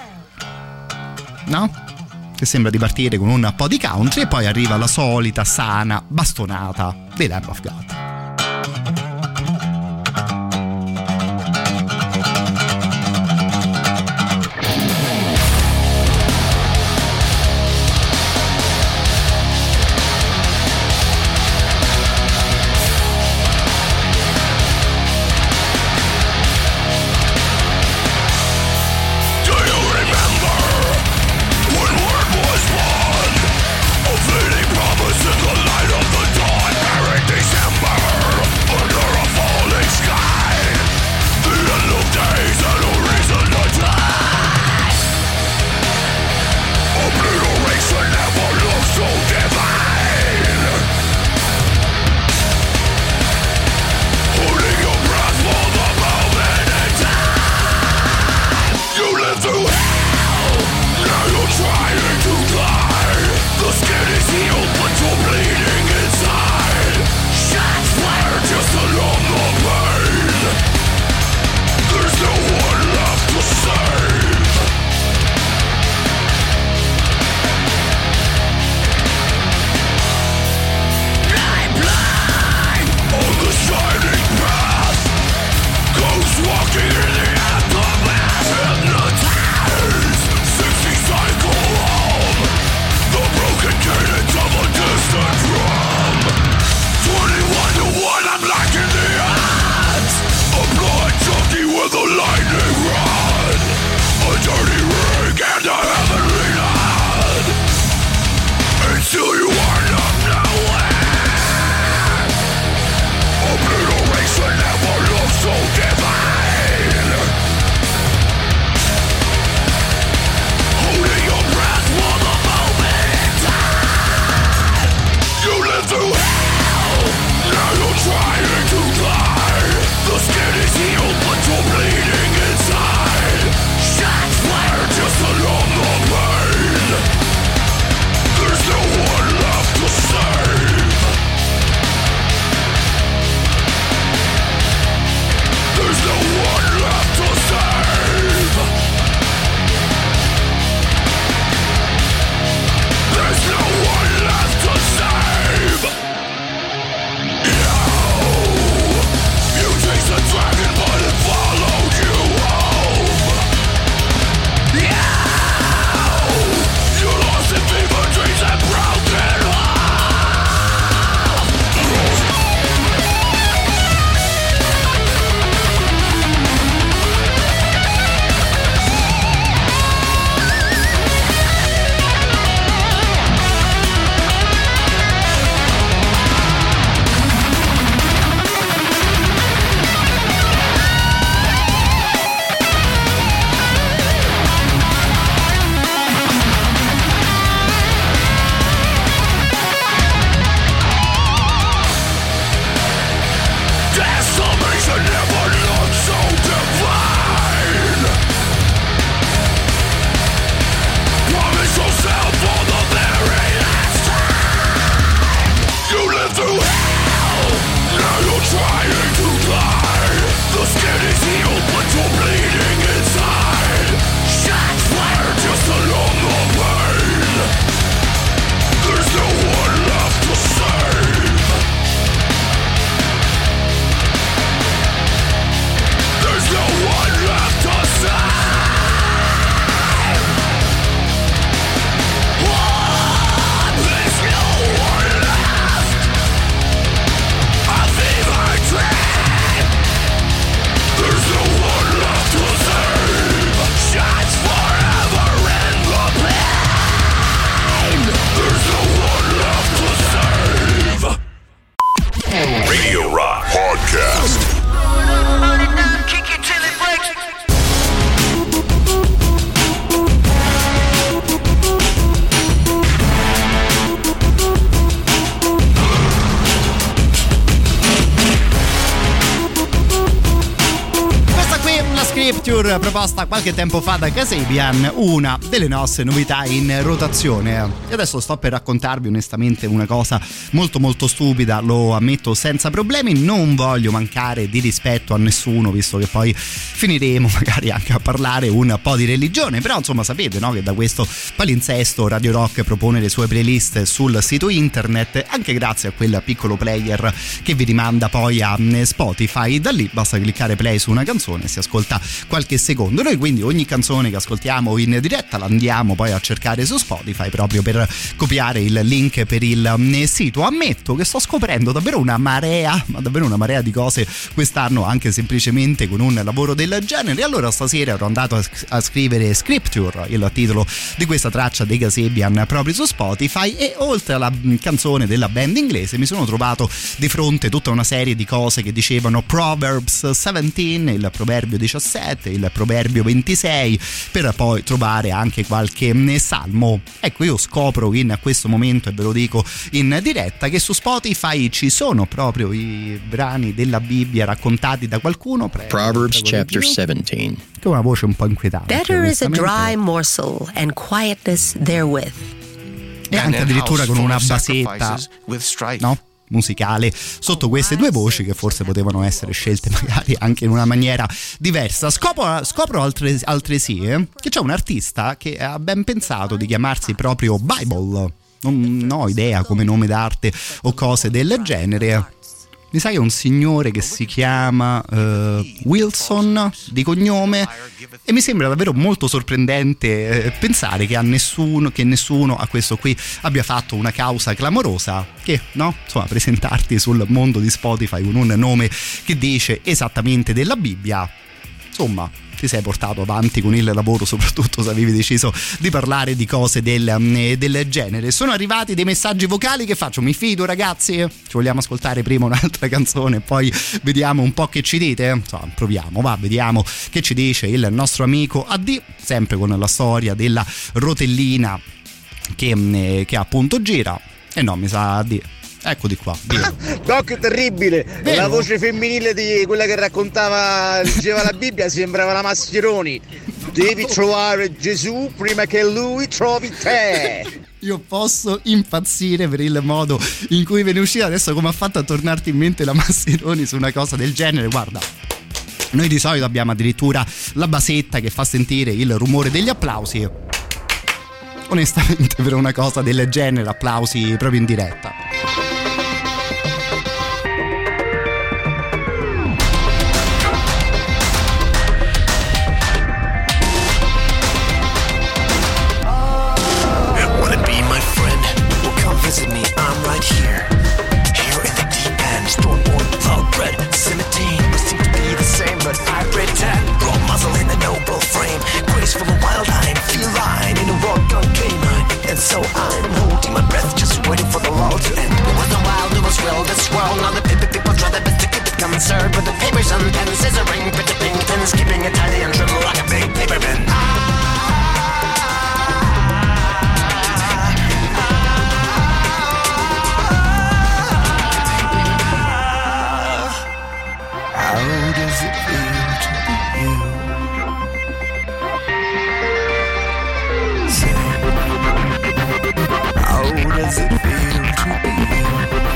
Speaker 3: no? Che sembra di partire con un po' di country e poi arriva la solita sana bastonata dei Lamb of God.
Speaker 10: Walking in the aftermath, hypnotized, 60 cycle home.
Speaker 3: Scripture proposta qualche tempo fa da Kasabian, una delle nostre novità in rotazione. E adesso sto per raccontarvi onestamente una cosa molto molto stupida, lo ammetto senza problemi, non voglio mancare di rispetto a nessuno, visto che poi finiremo magari anche a parlare un po' di religione, però insomma sapete, no, che da questo palinsesto Radio Rock propone le sue playlist sul sito internet, anche grazie a quel piccolo player che vi rimanda poi a Spotify. Da lì basta cliccare play su una canzone e si ascolta qualche secondo. Noi quindi ogni canzone che ascoltiamo in diretta la andiamo poi a cercare su Spotify proprio per copiare il link per il sito. Ammetto che sto scoprendo davvero una marea di cose quest'anno, anche semplicemente con un lavoro del genere. Allora stasera ero andato a scrivere Scripture, il titolo di questa traccia dei Kasabian, proprio su Spotify, e oltre alla canzone della band inglese mi sono trovato di fronte tutta una serie di cose che dicevano Proverbs 17, il proverbio 17, il proverbio 26, per poi trovare anche qualche salmo. Ecco, io scopro in questo momento, e ve lo dico in diretta, che su Spotify ci sono proprio i brani della Bibbia raccontati da qualcuno.
Speaker 10: Proverbs chapter 17.
Speaker 3: Che è una voce un po' inquietante.
Speaker 11: Better is a dry morsel and quietness therewith.
Speaker 3: E anche addirittura con una basetta, no? Musicale sotto queste due voci, che forse potevano essere scelte magari anche in una maniera diversa. Scopro altresì che c'è un artista che ha ben pensato di chiamarsi proprio Bible. Non ho idea come nome d'arte o cose del genere. Mi sa che è un signore che si chiama Wilson di cognome, e mi sembra davvero molto sorprendente pensare che nessuno a questo qui abbia fatto una causa clamorosa, che no, insomma, presentarti sul mondo di Spotify con un nome che dice esattamente della Bibbia, insomma ti sei portato avanti con il lavoro, soprattutto se avevi deciso di parlare di cose del genere. Sono arrivati dei messaggi vocali, che faccio? Mi fido, ragazzi? Ci vogliamo ascoltare prima un'altra canzone, poi vediamo un po' che ci dite? Insomma, proviamo, vediamo che ci dice il nostro amico AD, sempre con la storia della rotellina che appunto gira. E no, mi sa AD. Ecco di qua.
Speaker 12: Doc, terribile.
Speaker 3: Vero?
Speaker 12: La voce femminile di quella che leggeva la Bibbia sembrava la Mascheroni. Devi trovare Gesù prima che lui trovi te.
Speaker 3: Io posso impazzire per il modo in cui viene uscita. Adesso come ha fatto a tornarti in mente la Mascheroni su una cosa del genere? Guarda, noi di solito abbiamo addirittura la basetta che fa sentire il rumore degli applausi. Onestamente per una cosa del genere applausi proprio in diretta.
Speaker 13: Visit me, I'm right here. Here in the deep end, stormborn without bread. Scimitar, we seem to be the same, but I pretend. Raw muzzle in a noble frame, graceful and wild-eyed, feline in a raw-gun canine. And so I'm holding my breath, just waiting for the lull to end. It was a wild, it was real, this swirl. Now the people try their best to keep it coming, sir. But the papers and pens, scissoring, pretty pink pins, keeping it tidy and trim like a big paper bin.
Speaker 6: How does it feel to be you? Say, how does it feel to be you?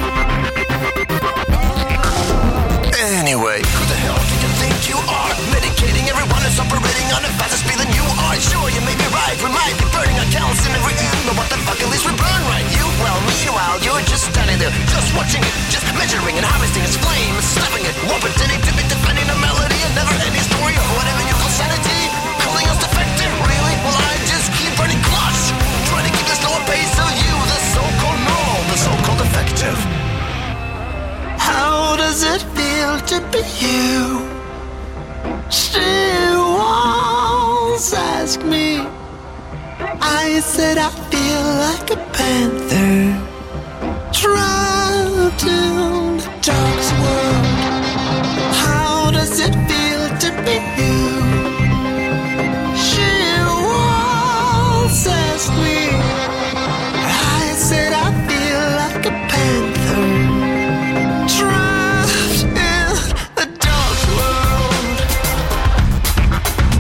Speaker 6: Anyway, who the hell do you think you are? Medicating everyone is operating on a faster speed than you are. Sure, you may be right, we might be burning accounts in every end, but what the fuck, at least we burn right. You, well, meanwhile, you're just standing there, just watching it, just measuring and harvesting its flame, stopping it, while pretending to be defending a melody, a never-ending story of whatever you call sanity. Calling us defective, really? Well, I just keep burning clutch, trying to keep the slower pace of you, the so-called normal, the so-called effective. How does it feel to be you? She once asked me. I said I feel like a panther trapped in the dog's world. How does it feel to be you? She once asked me. I said I feel like a panther trapped in the dog's world.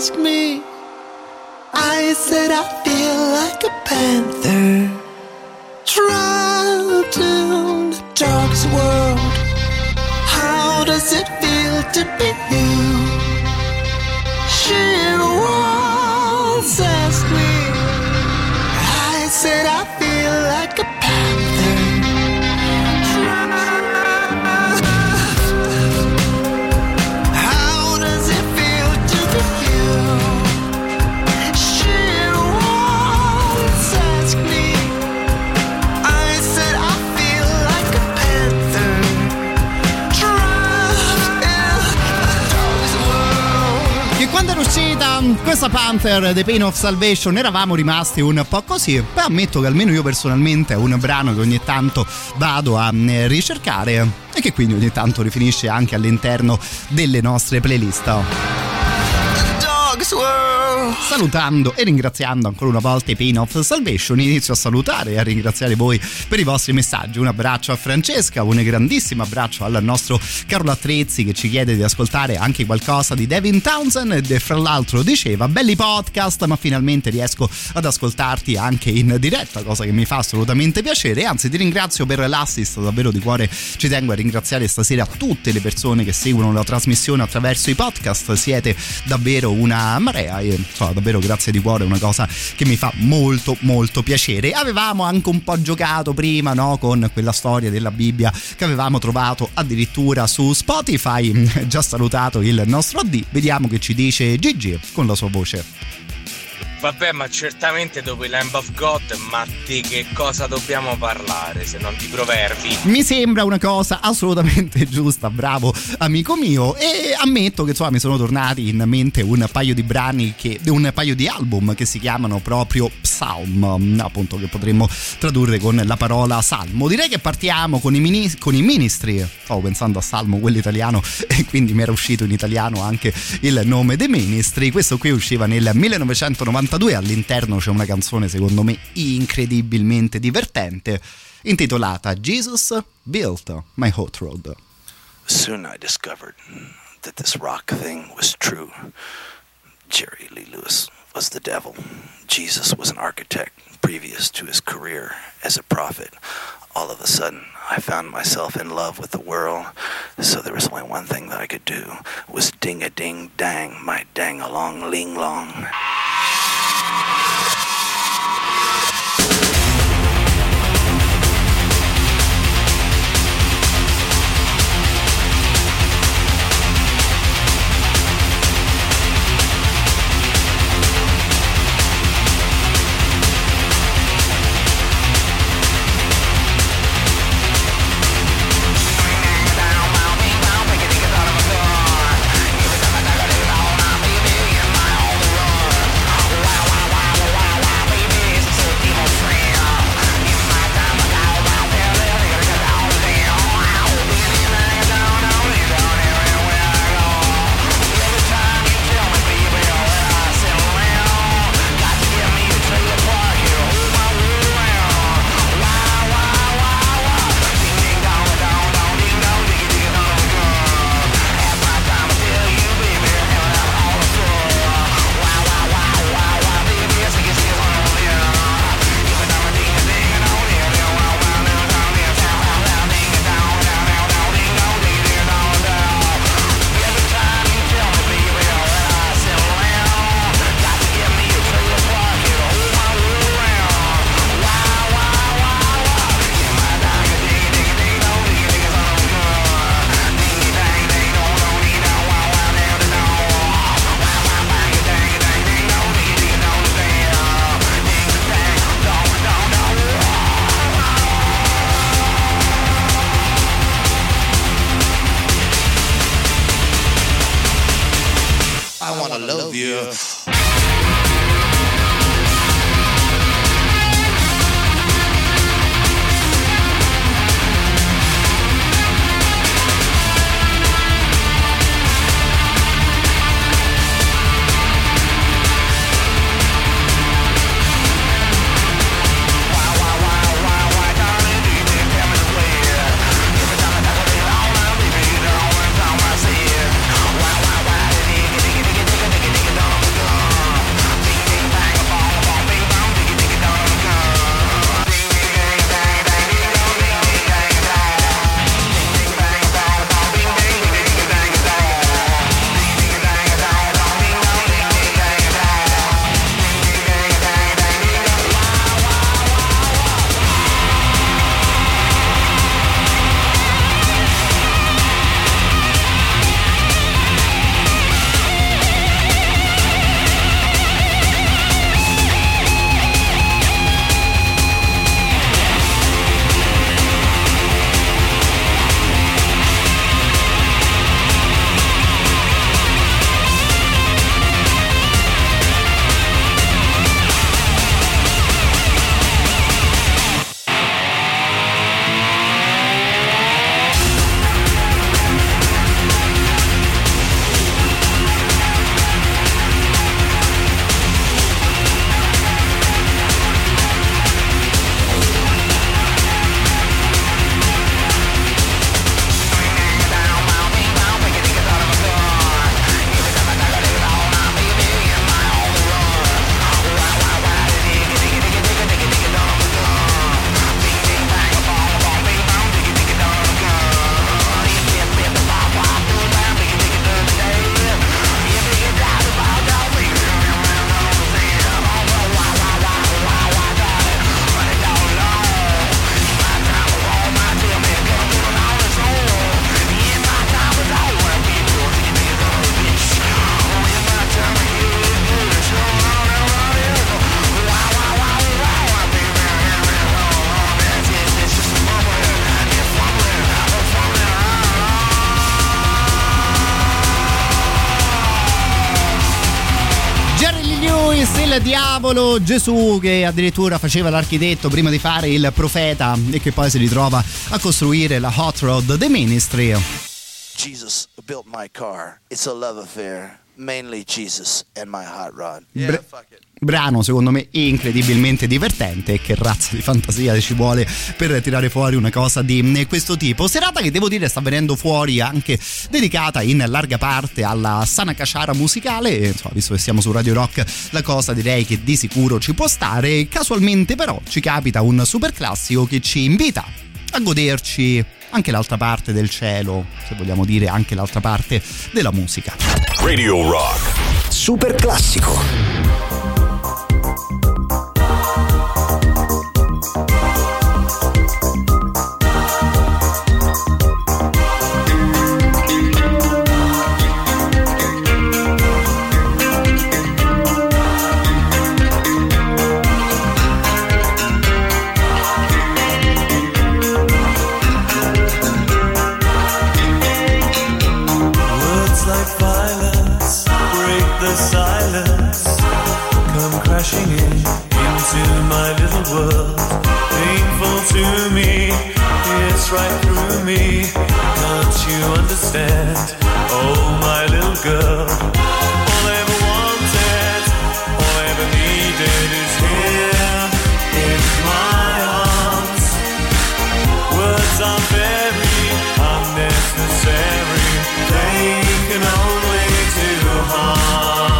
Speaker 5: ask me. I said I feel like a panther trapped in the darkest world. How does it feel to be you? She once asked me. I said I feel like a panther. How does it feel to be you? She once asked me. I said I feel like a panther trapped in a dog's world.
Speaker 3: Che quando era uscita questa Panther, The Pain of Salvation, eravamo rimasti un po' così. Poi ammetto che almeno io personalmente è un brano che ogni tanto vado a ricercare e che quindi ogni tanto rifinisce anche all'interno delle nostre playlist. Salutando e ringraziando ancora una volta i Pain of Salvation, inizio a salutare e a ringraziare voi per i vostri messaggi. Un abbraccio a Francesca, un grandissimo abbraccio al nostro Carlo Attrezzi che ci chiede di ascoltare anche qualcosa di Devin Townsend e fra l'altro diceva belli podcast, ma finalmente riesco ad ascoltarti anche in diretta, cosa che mi fa assolutamente piacere. Anzi, ti ringrazio per l'assist, davvero di cuore ci tengo a ringraziare stasera tutte le persone che seguono la trasmissione attraverso i podcast. Siete davvero una marea e davvero grazie di cuore, è una cosa che mi fa molto molto piacere. Avevamo anche un po' giocato prima, no, con quella storia della Bibbia che avevamo trovato addirittura su Spotify. Già salutato il nostro AD, vediamo che ci dice Gigi con la sua voce.
Speaker 14: Vabbè, ma certamente dopo il Lamb of God, ma di che cosa dobbiamo parlare se non di proverbi? Mi
Speaker 3: sembra una cosa assolutamente giusta, bravo amico mio, e ammetto che insomma mi sono tornati in mente un paio di brani, un paio di album che si chiamano proprio Psalm, appunto, che potremmo tradurre con la parola salmo. Direi che partiamo con i Ministry. Stavo pensando a salmo, quello italiano, e quindi mi era uscito in italiano anche il nome dei Ministry. Questo qui usciva nel 1992. All'interno c'è una canzone secondo me incredibilmente divertente intitolata Jesus Built My Hot Rod.
Speaker 15: Soon I discovered that this rock thing was true. Jerry Lee Lewis was the devil. Jesus was an architect previous to his career as a prophet. All of a sudden, I found myself in love with the world, so there was only one thing that I could do, was ding-a-ding-dang, my dang-along-ling-long.
Speaker 3: Lewis, il diavolo, Gesù che addirittura faceva l'architetto prima di fare il profeta e che poi si ritrova a costruire la Hot Rod dei Ministry.
Speaker 15: Jesus built my car. It's a love affair. Mainly Jesus and my hot rod.
Speaker 3: Brano secondo me incredibilmente divertente. Che razza di fantasia ci vuole per tirare fuori una cosa di questo tipo. Serata che devo dire sta venendo fuori anche dedicata in larga parte alla sana caciara musicale e, insomma, visto che siamo su Radio Rock la cosa direi che di sicuro ci può stare. Casualmente però ci capita un super classico che ci invita a goderci anche l'altra parte del cielo, se vogliamo dire anche l'altra parte della musica.
Speaker 2: Radio Rock
Speaker 1: Super classico.
Speaker 5: Crashing into my little world, painful to me, it's right through me, can't you understand, oh my little girl, all I ever wanted, all I ever needed is here, in my arms, words are very unnecessary, they can only do harm.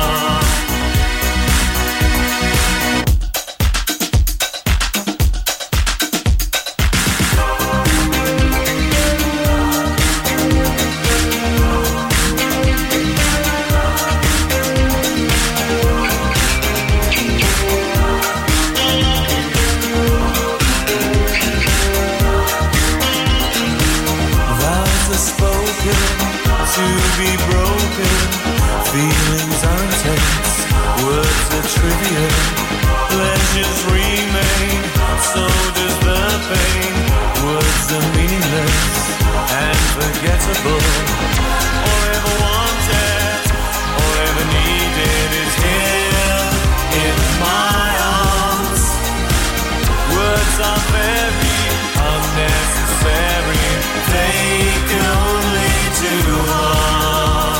Speaker 5: To be broken, feelings are intense, words are trivial, pleasures remain, so does the pain, words are meaningless and forgettable, all I ever wanted, all I ever needed is here, in my arms, words are very unnecessary, they can only do harm.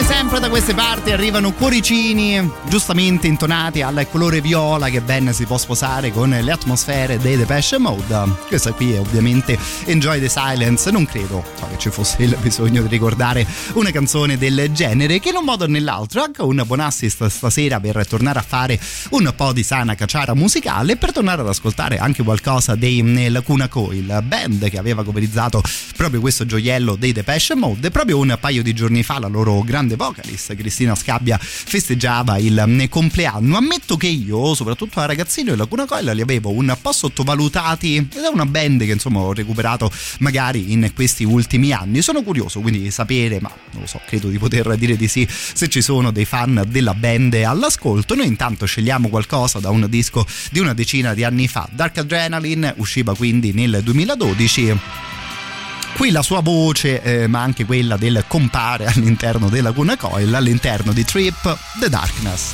Speaker 3: Sempre da queste parti arrivano cuoricini giustamente intonati al colore viola che ben si può sposare con le atmosfere dei Depeche Mode. Questa qui è ovviamente Enjoy the Silence. Non credo che ci fosse il bisogno di ricordare una canzone del genere, che in un modo o nell'altro è anche un buon assist stasera per tornare a fare un po' di sana cacciara musicale e per tornare ad ascoltare anche qualcosa dei Lacuna Coil, band che aveva coverizzato proprio questo gioiello dei Depeche Mode. Proprio un paio di giorni fa la loro grande vocalist Cristina Scabbia festeggiava il compleanno. Ammetto che io, soprattutto da ragazzino, i Lacuna Coil li avevo un po' sottovalutati ed è una band che insomma ho recuperato magari in questi ultimi anni. Sono curioso quindi di sapere, ma non lo so, credo di poter dire di sì, se ci sono dei fan della band all'ascolto. Noi intanto scegliamo qualcosa da un disco di una decina di anni fa. Dark Adrenaline usciva quindi nel 2012. Qui la sua voce, ma anche quella del compare all'interno della Lacuna Coil, all'interno di Trip the Darkness.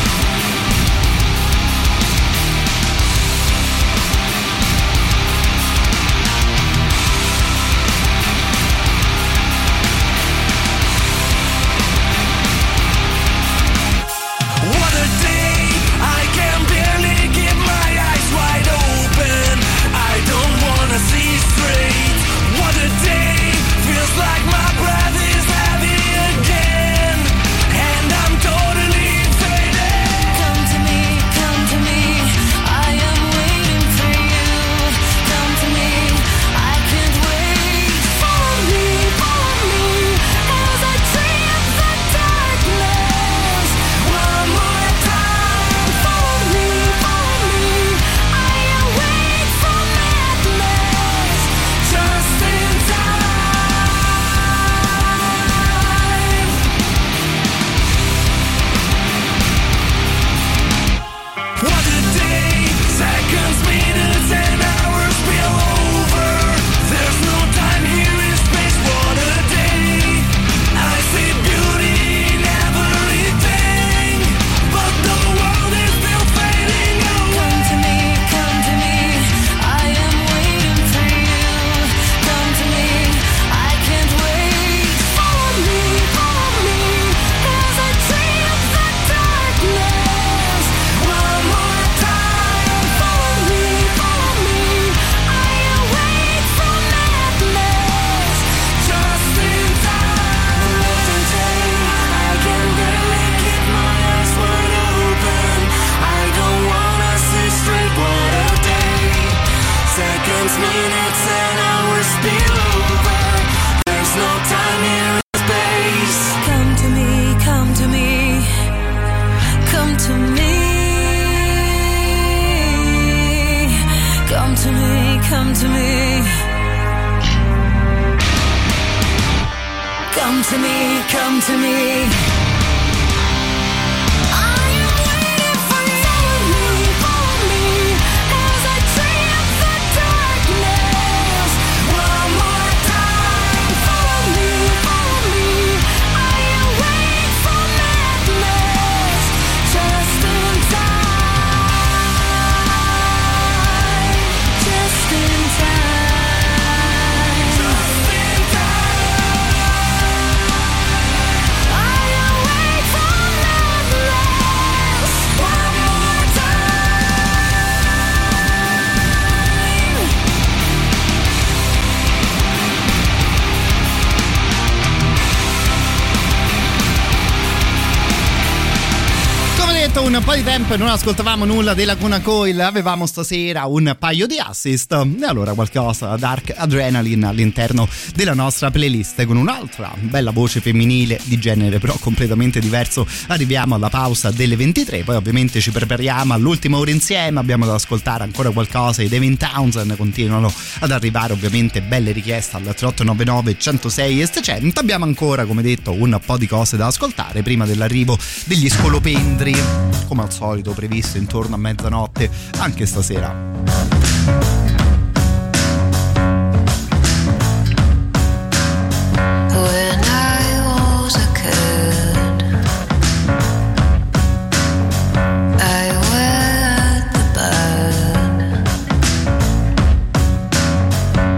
Speaker 3: Un po' di tempo e non ascoltavamo nulla della Lacuna Coil, avevamo stasera un paio di assist e allora qualcosa da Dark Adrenaline all'interno della nostra playlist con un'altra bella voce femminile di genere però completamente diverso. Arriviamo alla pausa delle 23, poi ovviamente ci prepariamo all'ultima ora insieme, abbiamo da ascoltare ancora qualcosa di Devin Townsend, continuano ad arrivare ovviamente belle richieste al 3899 106 e 700, abbiamo ancora come detto un po' di cose da ascoltare prima dell'arrivo degli scolopendri, come al solito previsto intorno a mezzanotte anche stasera.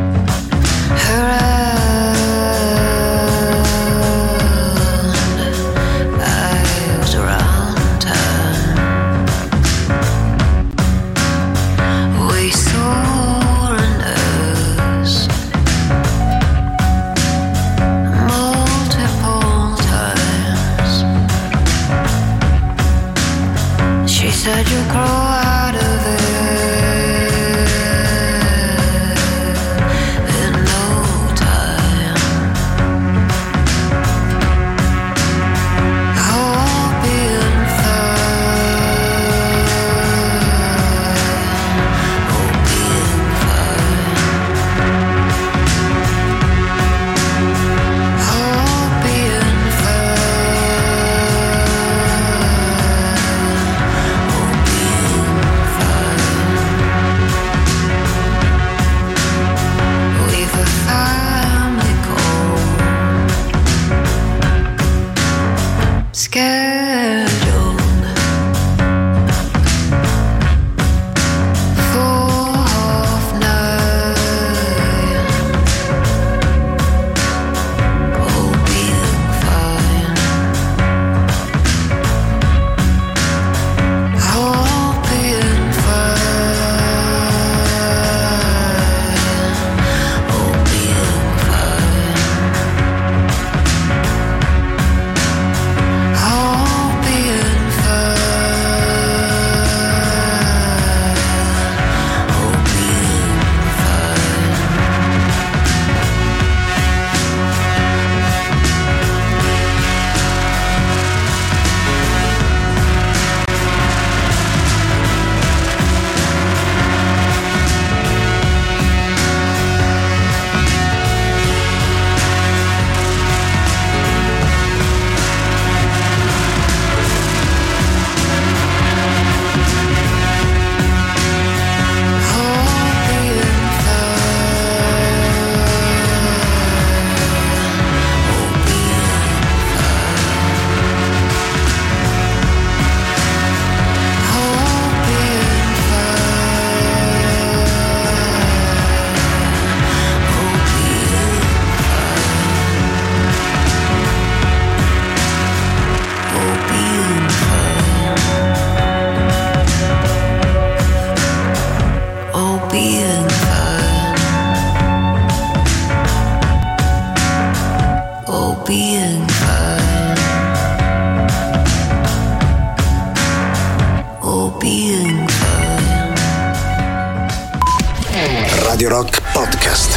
Speaker 16: Around said you'll grow out of it in no time. I'll be in fine. I'll be in fine. I'll be in scheduled for 9:30. All being fine. All being fine. All being fine. I'll be in fine. I'll be in fine. I'll be in fine. I'll be in fine. I'll be in fine.
Speaker 1: Radio Rock Podcast.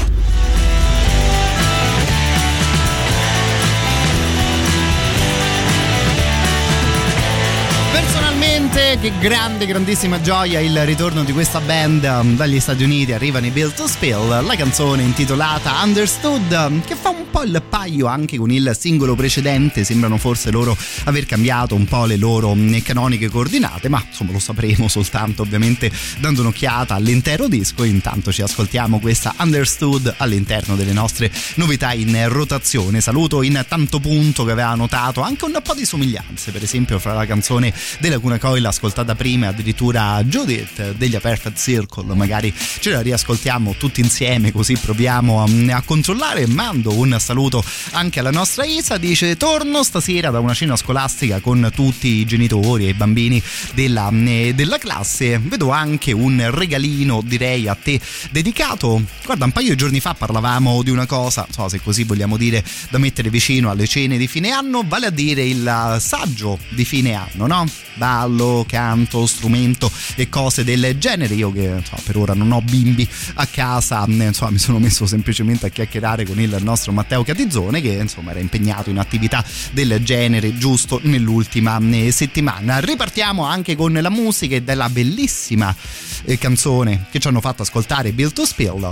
Speaker 3: Personalmente, che grandissima gioia il ritorno di questa band dagli Stati Uniti. Arrivano i Built to Spill, la canzone intitolata Understood, che fa un po' il paio anche con il singolo precedente. Sembrano forse loro aver cambiato un po' le loro canoniche coordinate, ma insomma lo sapremo soltanto ovviamente dando un'occhiata all'intero disco. Intanto ci ascoltiamo questa Understood all'interno delle nostre novità in rotazione. Saluto in tanto punto che aveva notato anche un po' di somiglianze, per esempio fra la canzone della Lacuna Coil ascoltata prima, addirittura Judith degli A Perfect Circle. Magari ce la riascoltiamo tutti insieme, così proviamo a controllare. Mando un saluto anche alla nostra Isa, dice: torno stasera da una cena scolastica con tutti i genitori e i bambini della classe, vedo anche un regalino, direi a te dedicato. Guarda, un paio di giorni fa parlavamo di una cosa, non so se così vogliamo dire, da mettere vicino alle cene di fine anno, vale a dire il saggio di fine anno, no? Ballo, canto, strumento e cose del genere. Io che per ora non ho bimbi a casa, insomma, mi sono messo semplicemente a chiacchierare con il nostro Matteo Catizzone, che insomma era impegnato in attività del genere giusto nell'ultima settimana. Ripartiamo anche con la musica e della bellissima canzone che ci hanno fatto ascoltare, Built to Spill.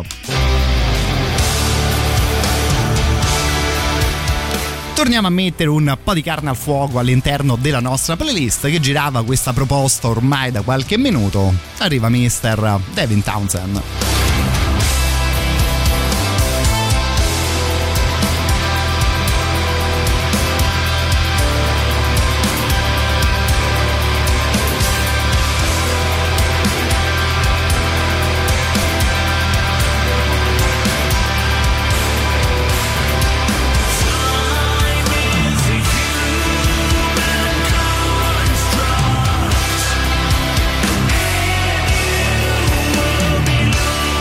Speaker 3: Torniamo a mettere un po' di carne al fuoco all'interno della nostra playlist che girava questa proposta ormai da qualche minuto. Arriva Mr. Devin Townsend.
Speaker 5: Be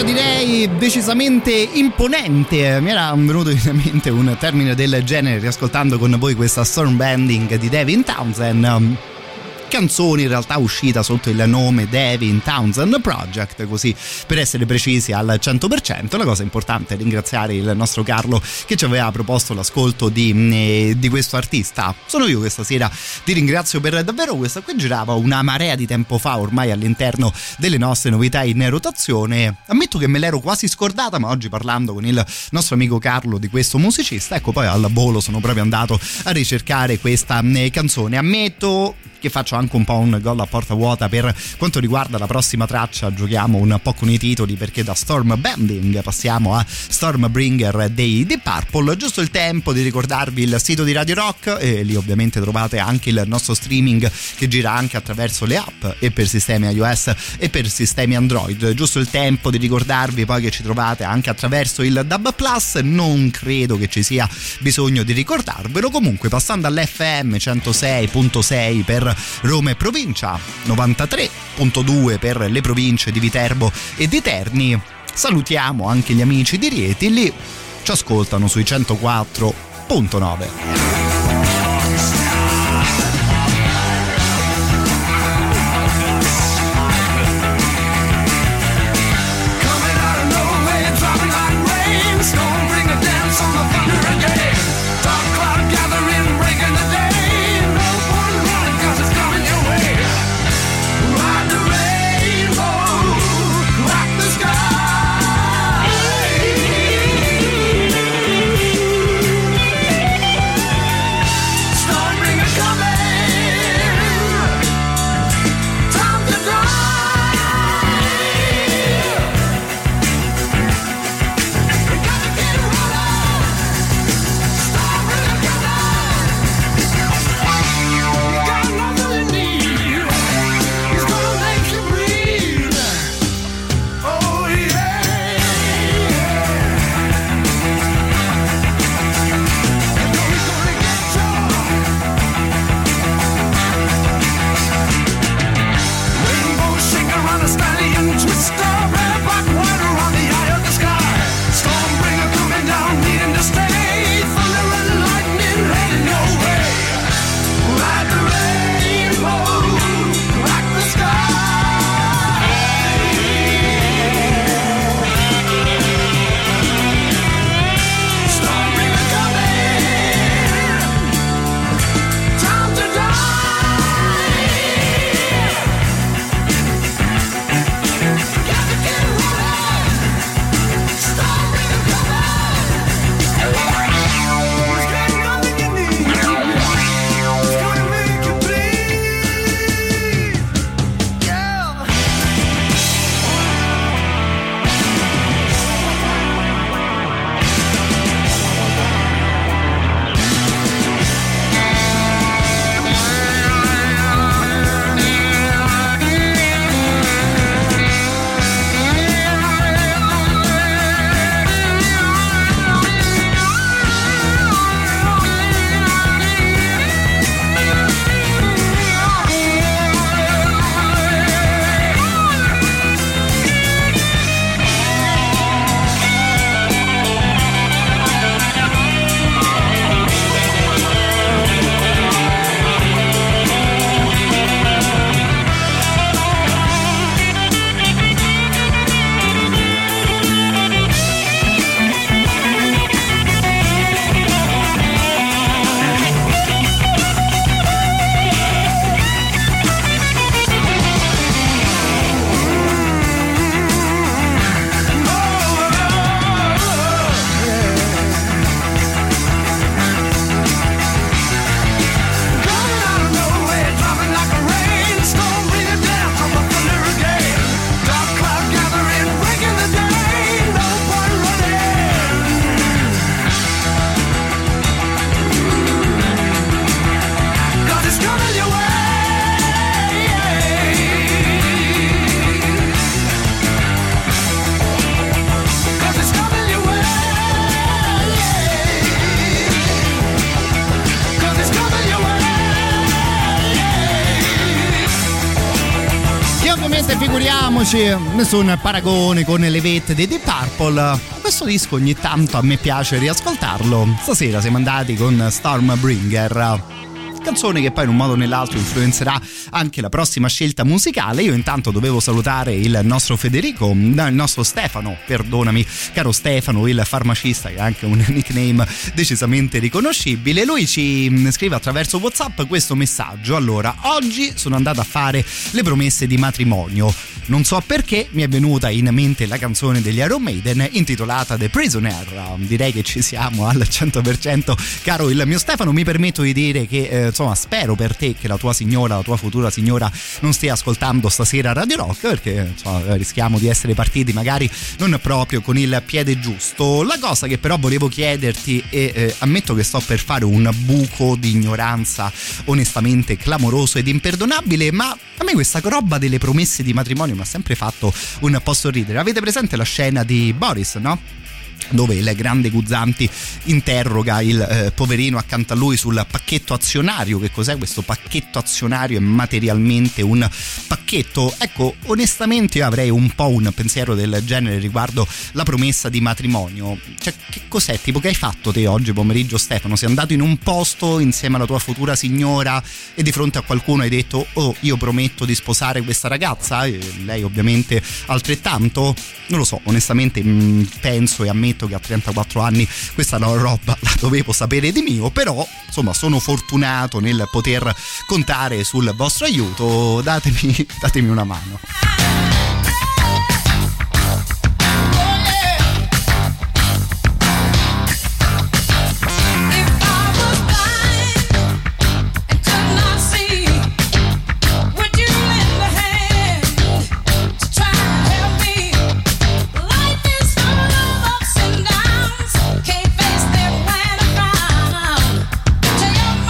Speaker 3: direi decisamente imponente. Mi era venuto in mente un termine del genere riascoltando con voi questa Stormbending di Devin Townsend, canzone in realtà uscita sotto il nome Devin Townsend Project, così per essere precisi al 100%. La cosa importante è ringraziare il nostro Carlo che ci aveva proposto l'ascolto di questo artista. Sono io questa sera, ti ringrazio per davvero. Questa qui girava una marea di tempo fa ormai all'interno delle nostre novità in rotazione. Ammetto che me l'ero quasi scordata, ma oggi parlando con il nostro amico Carlo di questo musicista, ecco, poi al volo sono proprio andato a ricercare questa canzone. Ammetto che faccio anche un po' un gol a porta vuota per quanto riguarda la prossima traccia. Giochiamo un po' con i titoli, perché da Stormbending passiamo a Stormbringer dei Deep Purple. Giusto il tempo di ricordarvi il sito di Radio Rock, e lì ovviamente trovate anche il nostro streaming che gira anche attraverso le app e per sistemi iOS e per sistemi Android. Giusto il tempo di ricordarvi poi che ci trovate anche attraverso il DAB+, non credo che ci sia bisogno di ricordarvelo. Comunque, passando all'FM 106.6 per Roma e provincia, 93.2 per le province di Viterbo e di Terni, salutiamo anche gli amici di Rieti, lì ci ascoltano sui 104.9. facciamoci nessun paragone con le vette dei Deep Purple. Questo disco ogni tanto a me piace riascoltarlo. Stasera siamo andati con Stormbringer, canzone che poi in un modo o nell'altro influenzerà anche la prossima scelta musicale. Io intanto dovevo salutare il nostro Federico, il nostro Stefano, perdonami caro Stefano, il farmacista, che ha anche un nickname decisamente riconoscibile. Lui ci scrive attraverso WhatsApp questo messaggio: allora, oggi sono andato a fare le promesse di matrimonio, non so perché mi è venuta in mente la canzone degli Iron Maiden intitolata The Prisoner. Direi che ci siamo al 100%, caro il mio Stefano. Mi permetto di dire che insomma, spero per te che la tua signora, la tua futura signora, non stia ascoltando stasera Radio Rock, perché insomma, rischiamo di essere partiti magari non proprio con il piede giusto. La cosa che però volevo chiederti, e ammetto che sto per fare un buco di ignoranza onestamente clamoroso ed imperdonabile, ma a me questa roba delle promesse di matrimonio mi ha sempre fatto un po' sorridere. Avete presente la scena di Boris, no? Dove il grande Guzzanti interroga il poverino accanto a lui sul pacchetto azionario. Che cos'è questo pacchetto azionario? È materialmente un pacchetto? Ecco, onestamente io avrei un po' un pensiero del genere riguardo la promessa di matrimonio. Cioè, che cos'è? Tipo, che hai fatto te oggi pomeriggio, Stefano? Sei andato in un posto insieme alla tua futura signora e di fronte a qualcuno hai detto: oh, io prometto di sposare questa ragazza, e lei ovviamente altrettanto? Non lo so, onestamente penso e ammetto che a 34 anni questa roba la dovevo sapere di mio, però insomma sono fortunato nel poter contare sul vostro aiuto. Datemi una mano.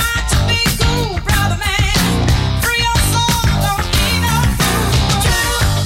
Speaker 5: True.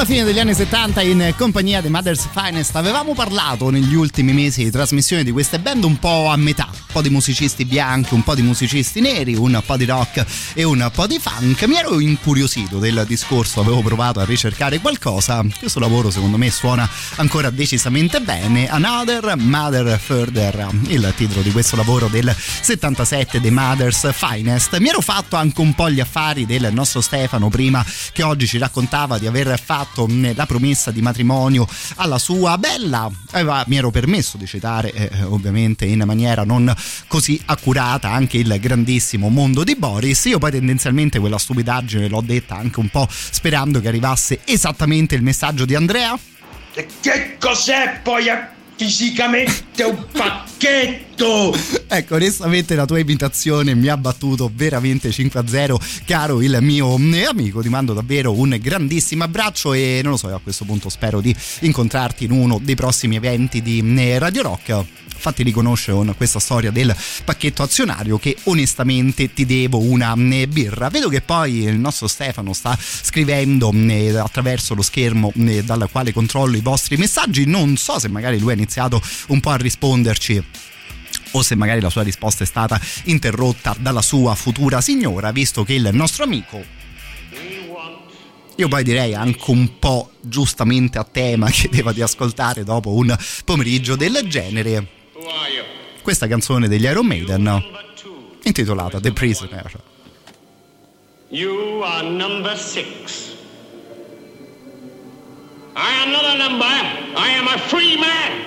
Speaker 3: Alla fine degli anni 70 in compagnia dei Mother's Finest avevamo parlato negli ultimi mesi di trasmissione di queste band un po' a metà, un po' di musicisti bianchi, un po' di musicisti neri, un po' di rock e un po' di funk. Mi ero incuriosito del discorso, avevo provato a ricercare qualcosa. Questo lavoro secondo me suona ancora decisamente bene. Another Mother Further, il titolo di questo lavoro del 77 dei Mother's Finest. Mi ero fatto anche un po' gli affari del nostro Stefano prima, che oggi ci raccontava di aver fatto la promessa di matrimonio alla sua bella. Mi ero permesso di citare ovviamente in maniera non così accurata anche il grandissimo mondo di Boris. Io poi tendenzialmente quella stupidaggine l'ho detta anche un po' sperando che arrivasse esattamente il messaggio di Andrea.
Speaker 17: E che cos'è poi fisicamente un pacchetto?
Speaker 3: Ecco, onestamente la tua imitazione mi ha battuto veramente 5-0, caro il mio amico. Ti mando davvero un grandissimo abbraccio e non lo so, a questo punto spero di incontrarti in uno dei prossimi eventi di Radio Rock. Fatti riconoscere con questa storia del pacchetto azionario che onestamente ti devo una birra. Vedo che poi il nostro Stefano sta scrivendo attraverso lo schermo dal quale controllo i vostri messaggi. Non so se magari lui ha iniziato un po' a risponderci o se magari la sua risposta è stata interrotta dalla sua futura signora, visto che il nostro amico, io poi direi anche un po' giustamente a tema, chiedeva di ascoltare dopo un pomeriggio del genere questa canzone degli Iron Maiden intitolata The Prisoner.
Speaker 18: You are number 6. I am not a number. I am a free man.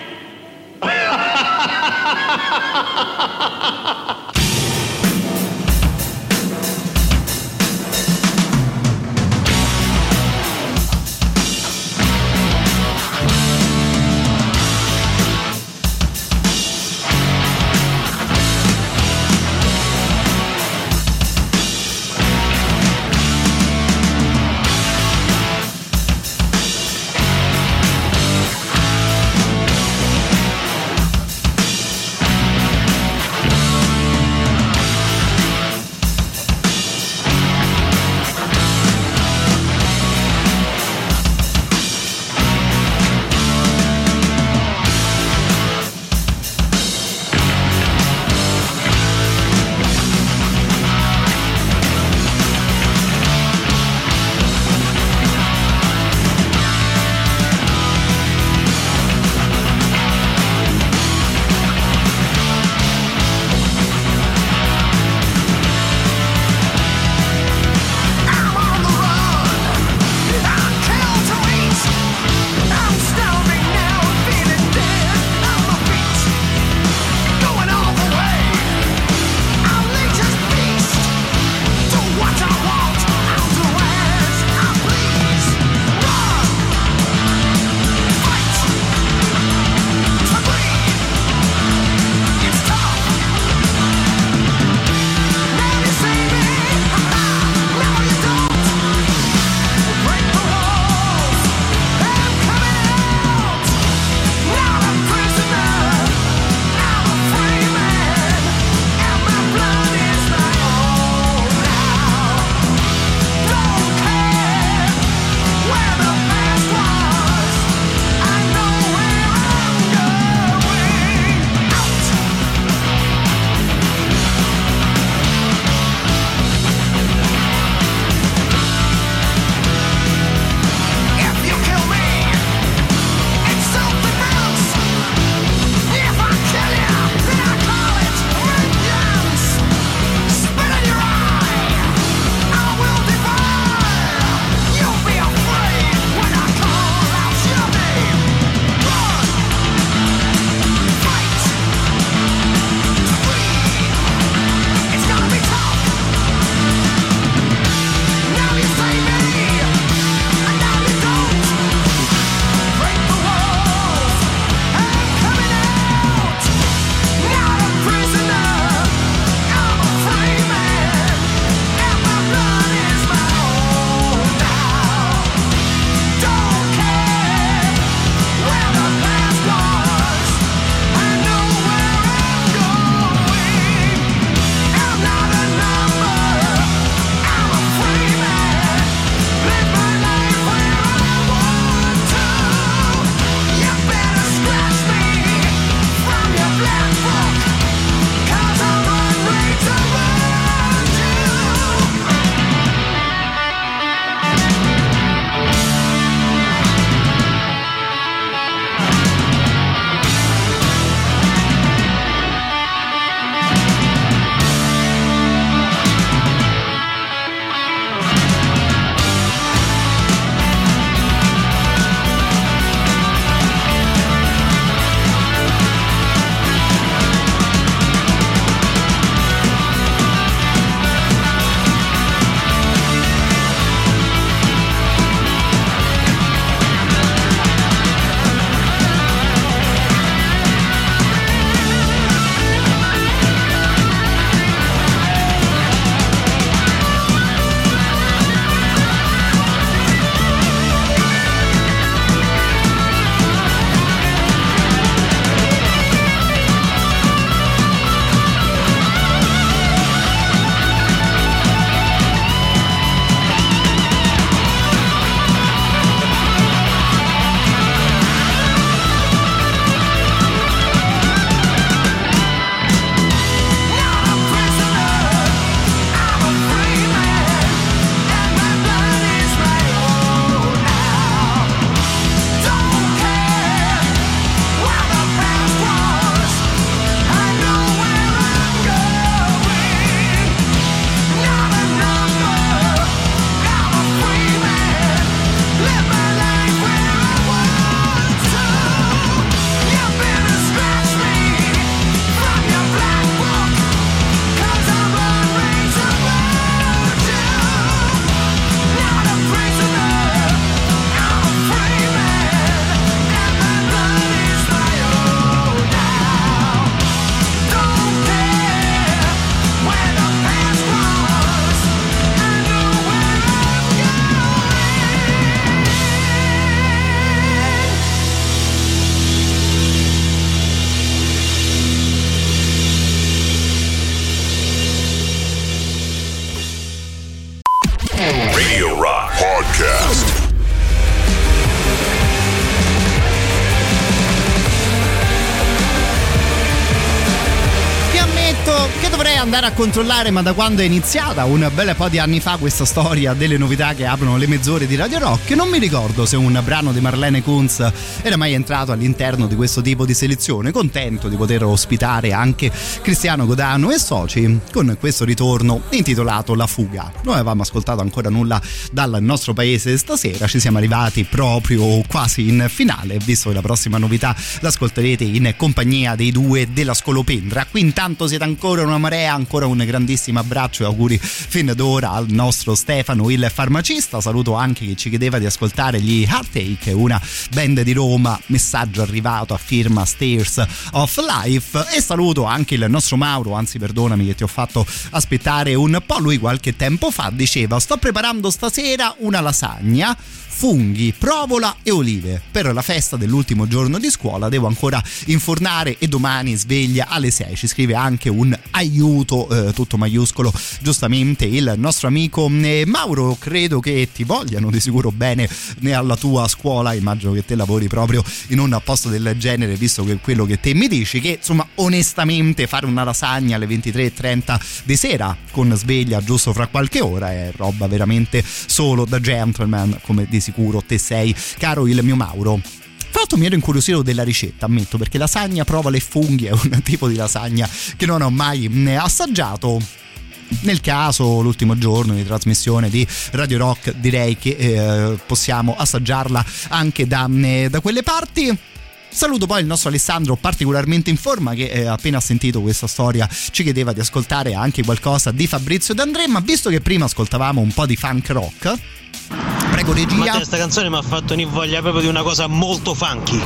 Speaker 3: Vorrei andare a controllare, ma da quando è iniziata un bel po' di anni fa questa storia delle novità che aprono le mezz'ore di Radio Rock, non mi ricordo se un brano di Marlene Kunz era mai entrato all'interno di questo tipo di selezione. Contento di poter ospitare anche Cristiano Godano e soci con questo ritorno intitolato La Fuga. Noi avevamo ascoltato ancora nulla dal nostro paese stasera, ci siamo arrivati proprio quasi in finale, visto che la prossima novità l'ascolterete in compagnia dei due della Scolopendra. Qui intanto siete ancora una marea, ancora un grandissimo abbraccio e auguri fin d'ora al nostro Stefano il farmacista. Saluto anche chi ci chiedeva di ascoltare gli Heartache, una band di Roma, messaggio arrivato a firma Stairs of Life, e saluto anche il nostro Mauro, anzi perdonami che ti ho fatto aspettare un po'. Lui qualche tempo fa diceva: sto preparando stasera una lasagna, funghi, provola e olive per la festa dell'ultimo giorno di scuola, devo ancora infornare e domani sveglia alle 6. Ci scrive anche un aiuto tutto maiuscolo giustamente il nostro amico Mauro. Credo che ti vogliano di sicuro bene alla tua scuola, immagino che te lavori proprio in un posto del genere, visto che quello che te mi dici, che insomma onestamente fare una lasagna alle 23:30 di sera con sveglia giusto fra qualche ora è roba veramente solo da gentleman, come di sicuro te sei, caro il mio Mauro. Tra l'altro mi ero incuriosito della ricetta, ammetto, perché lasagna, provola e funghi è un tipo di lasagna che non ho mai assaggiato. Nel caso l'ultimo giorno di trasmissione di Radio Rock direi che possiamo assaggiarla anche da quelle parti. Saluto poi il nostro Alessandro, particolarmente in forma, che appena ha sentito questa storia ci chiedeva di ascoltare anche qualcosa di Fabrizio D'André, ma visto che prima ascoltavamo un po' di funk rock, prego regia.
Speaker 19: Matteo, questa canzone mi ha fatto venire voglia proprio di una cosa molto funky,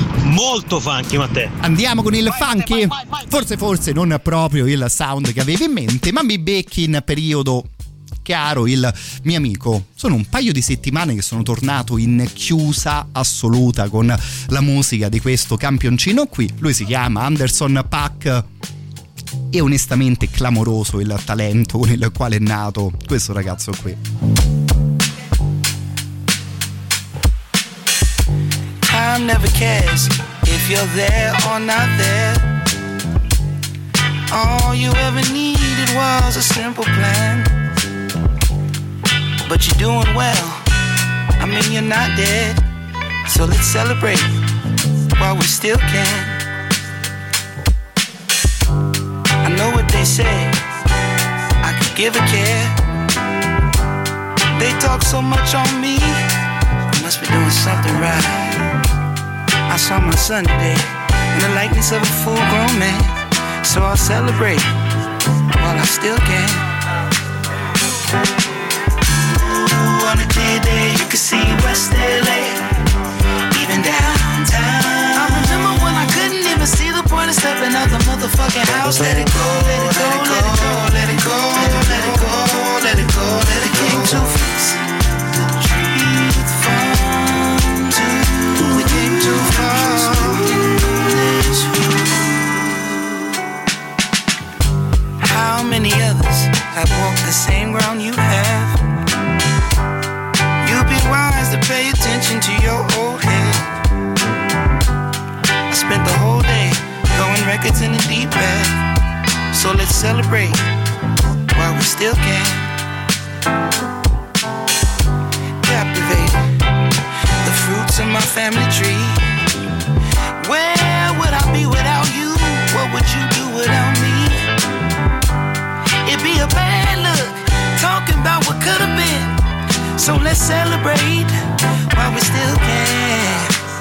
Speaker 19: Matteo. Andiamo con il funky?
Speaker 3: Forse non proprio il sound che avevi in mente, ma mi becchi in periodo caro il mio amico. Sono un paio di settimane che sono tornato in chiusa assoluta con la musica di questo campioncino qui. Lui si chiama Anderson .Paak e onestamente clamoroso il talento con il quale è nato questo ragazzo qui.
Speaker 5: Time never cares if you're there or not there. All you ever needed was a simple plan. But you're doing well, I mean you're not dead. So let's celebrate while we still can. I know what they say, I could give a care. They talk so much on me, I must be doing something right. I saw my son today in the likeness of a full-grown man. So I'll celebrate while I still can. On a clear day, you can see West LA, even downtown. I remember when I couldn't even see the point of stepping out the motherfucking house. Let it go, let it go, let it go, let it go, let it go, let it go, let it came to fixing the truth from two. We came too far. How many others have walked the same ground you have? You'd be wise to pay attention to your old head. I spent the whole day going records in the deep end. So let's celebrate while we still can. Captivated the fruits of my family tree. Where would I be without you? What would you do without me? It'd be a bad look talking about what could have been. So let's celebrate while we still can.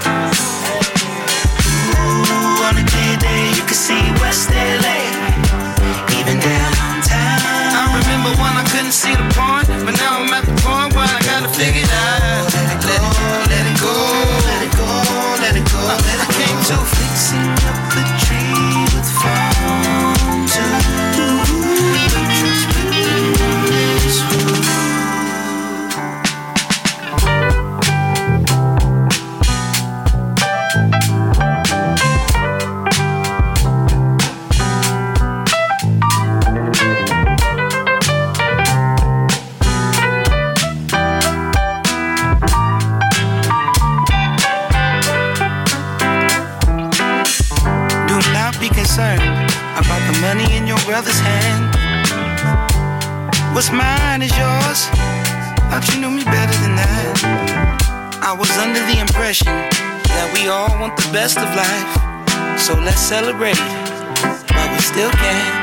Speaker 5: Ooh, on a clear day you can see West LA, even downtown. I remember when I couldn't see the point, but now I'm at the point where I gotta figure it out. Let it go, let it go, let it go, let it go. I came to fixing up the tree with phone too. Trust me, this one. concerned about the money in your brother's hand. What's mine is yours. Thought you knew me better than that. I was under the impression that we all want the best of life. So let's celebrate while we still can.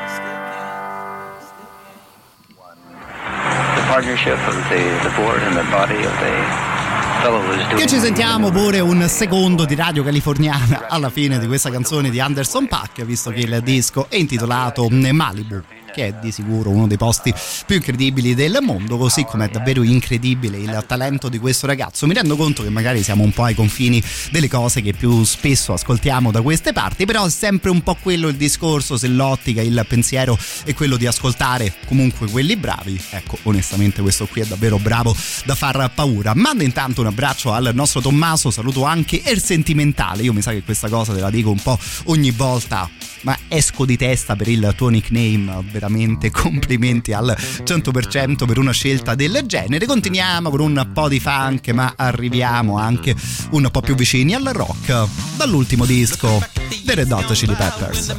Speaker 10: The partnership of the board and the body of the
Speaker 3: che ci sentiamo pure un secondo di Radio Californiana alla fine di questa canzone di Anderson .Paak, visto che il disco è intitolato Malibu, che è di sicuro uno dei posti più incredibili del mondo, così come è davvero incredibile il talento di questo ragazzo. Mi rendo conto che magari siamo un po' ai confini delle cose che più spesso ascoltiamo da queste parti, però è sempre un po' quello il discorso, se l'ottica, il pensiero è quello di ascoltare comunque quelli bravi. Ecco, onestamente questo qui è davvero bravo da far paura. Mando intanto un abbraccio al nostro Tommaso, saluto anche Il Sentimentale. Io mi sa che questa cosa te la dico un po' ogni volta, ma esco di testa per il tuo nickname, veramente complimenti al 100% per una scelta del genere. Continuiamo con un po' di funk, ma arriviamo anche un po' più vicini al rock dall'ultimo disco dei Red Hot Chili Peppers.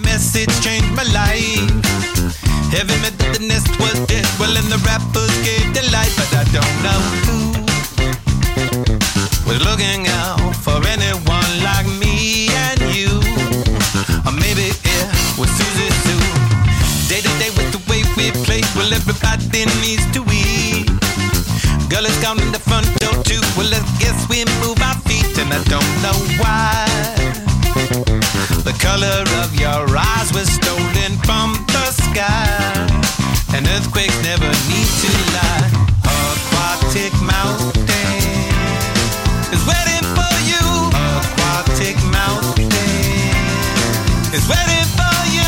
Speaker 5: Was looking out for anyone like me and you, or maybe it was Susie Sue. Day to day with the way we play, well everybody needs to eat. Girl is gone in the front door too, well I guess we move our feet, and I don't know why. The color of your eyes was stolen from the sky, and earthquakes never need to lie. Aquatic mountain is waiting for you. Aquatic mountain is waiting for you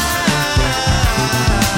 Speaker 5: now.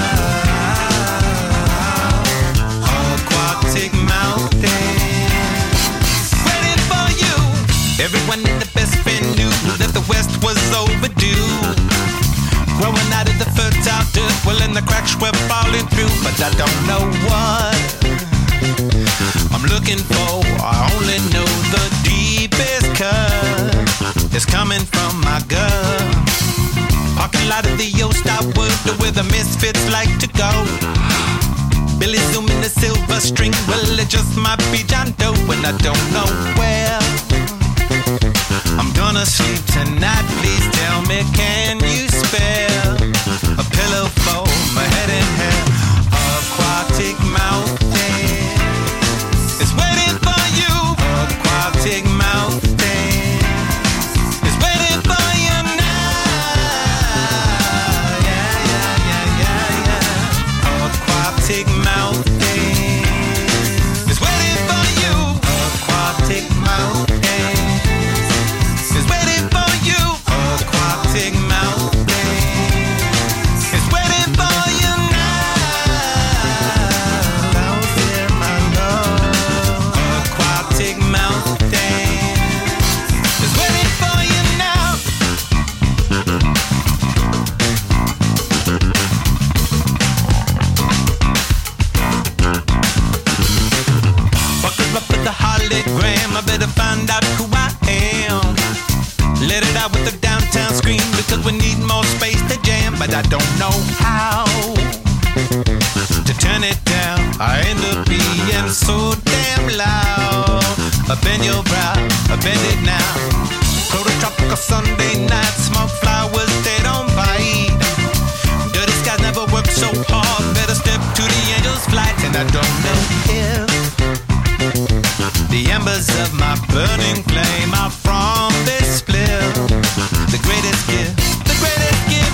Speaker 5: Aquatic mountain waiting for you. Everyone in the best friend knew that the West was overdue. Growing out of the fertile dirt, well, and the cracks were falling through, but I don't know what I'm looking for. I only know the deepest cut is coming from my gut. Parking lot of the old stop wood, where the misfits like to go. Billy zooming the silver string, well it just might be John Doe, and I don't know where I'm gonna sleep tonight. Please tell me, can you spare a pillow for my head and hair? Aquatic mountain is waiting for you. Aquatic mountain is waiting for you now. Yeah, yeah, yeah, yeah, yeah. Aquatic mountain is waiting for you. Aquatic mountain is waiting for you. Aquatic mountain is waiting for you now. Down there, my love. Aquatic mountain is waiting for you now. Buckle up with the hologram, I better find out who I am. Let it out with the downtown scream, because we need more space to jam, but I don't know how to turn it down. I end up being so damn loud. Up in your brow, up in it now. Prototropical Sunday night, smoke flowers, they don't bite. Dirty skies never work so hard, better step to the angel's flight. And I don't know if the embers of my burning flame are from this split. The greatest gift, the greatest gift.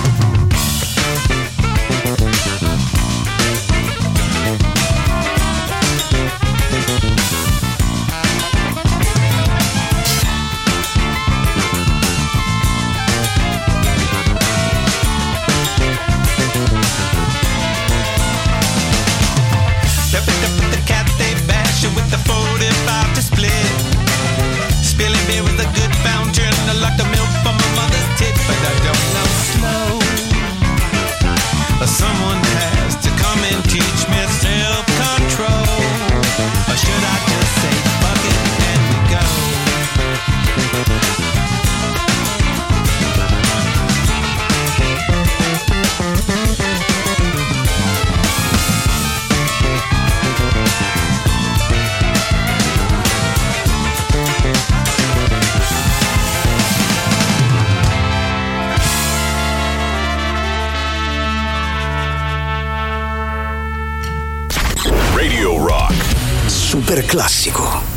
Speaker 1: super classico.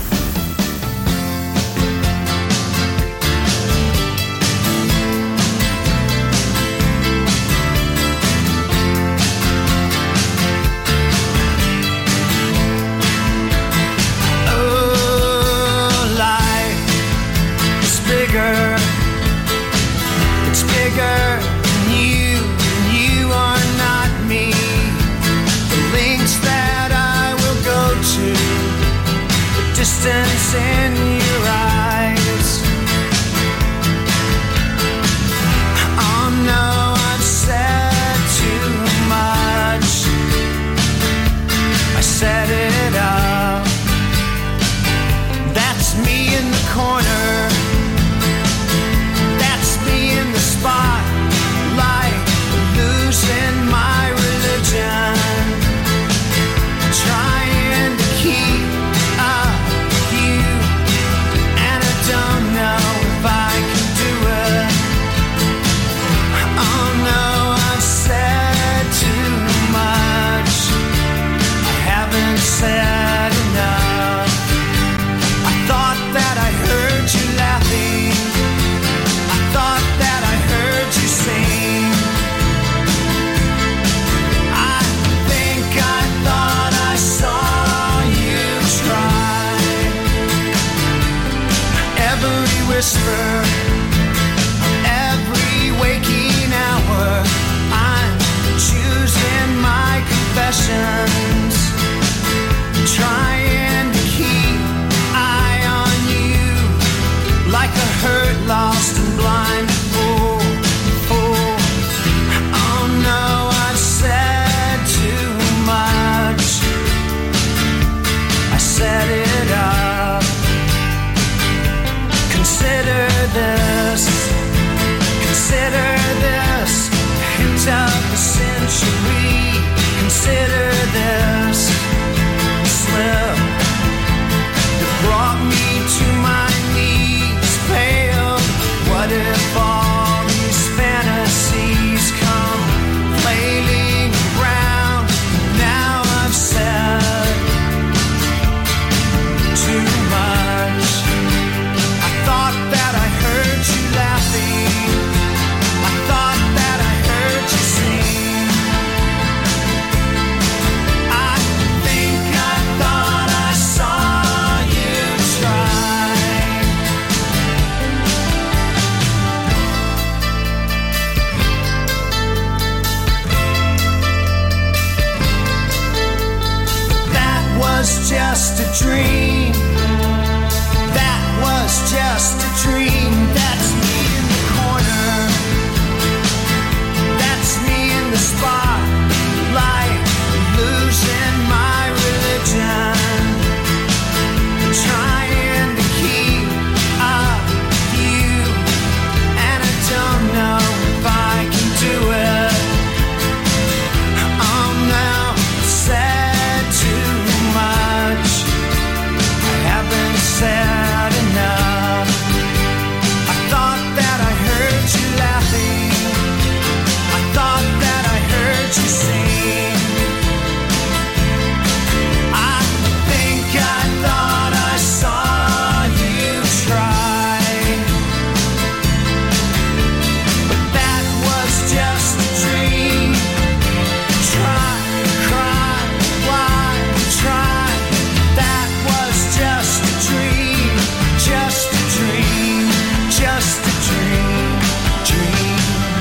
Speaker 5: Distance in your eyes. Oh no, I've said too much. I set it up. That's me in the corner. That's me in the spotlight, losing my religion, trying to keep up. Don't know if I can do it. Oh no, I've said too much. I haven't said enough. I thought that I heard you laughing. I thought that I heard you sing. I think I thought I saw you try. Every whisper, every waking hour, I'm choosing my confessions, trying to keep eye on you, like a hurt, lost and blind fool. Oh no, I've said too much. I set it up. Consider this, hint of the century. Consider this slip that brought me to my knees, pale. What if all these fantasies come flailing around? Now I've said too much. Thought that I heard you laughing. I thought that I heard you sing. I think I thought I saw you try. That was just a dream. That was just a dream. That's me in the corner. That's me in the spotlight, losing my religion, trying to keep up you, and I don't know if I can do it. Oh no, said too much. I haven't said enough. I thought that I heard you laughing. I thought that I heard you sing. I think I thought I saw you try. But that was just a dream. Try, cry, why try? That was just a dream, just a dream, just a dream, dream.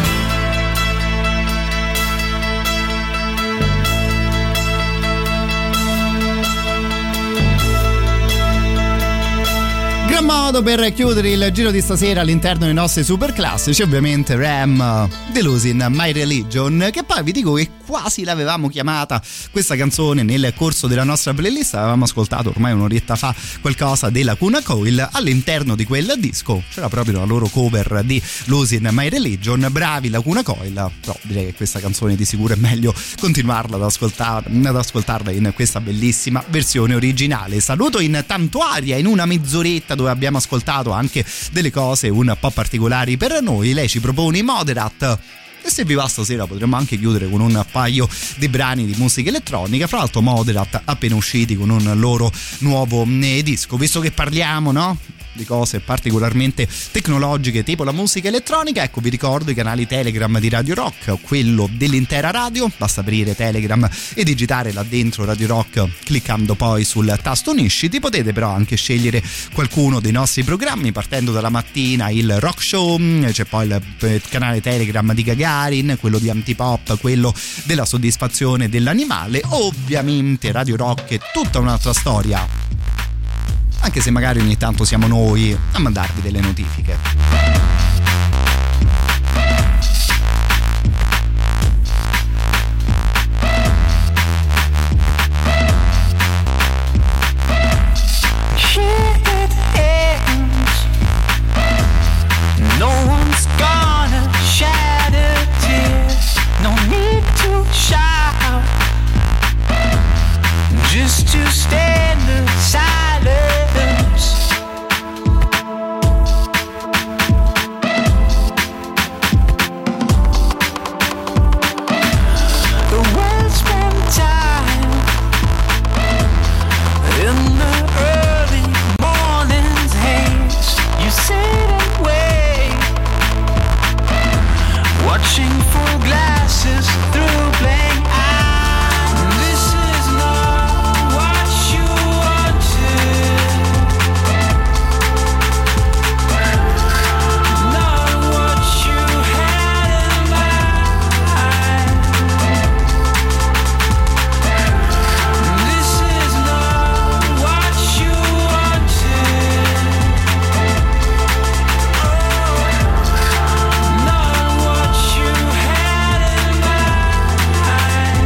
Speaker 3: Gran modo per chiudere il giro di stasera all'interno dei nostri super classici, ovviamente Ram, The Losing My Religion, che poi vi dico che quasi l'avevamo chiamata questa canzone nel corso della nostra playlist. Avevamo ascoltato ormai un'oretta fa qualcosa dei Lacuna Coil. All'interno di quel disco c'era proprio la loro cover di Losing My Religion. Bravi Lacuna Coil, però direi che questa canzone di sicuro è meglio continuarla ad ascoltarla in questa bellissima versione originale. Saluto in tanto aria in una mezz'oretta dove abbiamo ascoltato anche delle cose un po' particolari per noi. Lei ci propone Moderat e se vi va stasera potremmo anche chiudere con un paio di brani di musica elettronica, fra l'altro Moderat appena usciti con un loro nuovo disco. Visto che parliamo, no, di cose particolarmente tecnologiche tipo la musica elettronica, ecco, vi ricordo i canali Telegram di Radio Rock, quello dell'intera radio. Basta aprire Telegram e digitare là dentro Radio Rock cliccando poi sul tasto unisciti. Potete però anche scegliere qualcuno dei nostri programmi, partendo dalla mattina il Rock Show, c'è poi il canale Telegram di Gagarin, quello di Antipop, quello della soddisfazione dell'animale. Ovviamente Radio Rock è tutta un'altra storia, anche se magari ogni tanto siamo noi a mandarvi delle notifiche.
Speaker 5: No one's gonna shed a tear. No need to shout, just to stand in silence. The world spent time in the early morning's haze. You sit and wait, watching full glasses through blank eyes. This is not what you wanted, not what you had in mind. This is not what you wanted, not what you had in mind.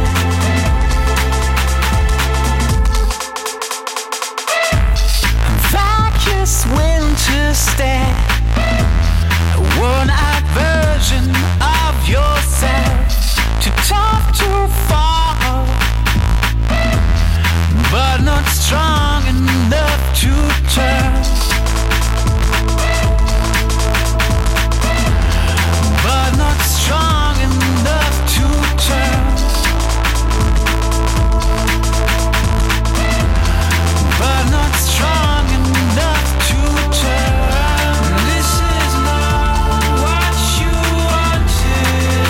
Speaker 5: Vacuous winter stare, a worn-out version of yourself, too tough to fall, but not strong enough to turn, but not strong enough to turn, but not strong enough to turn. This is not what you wanted,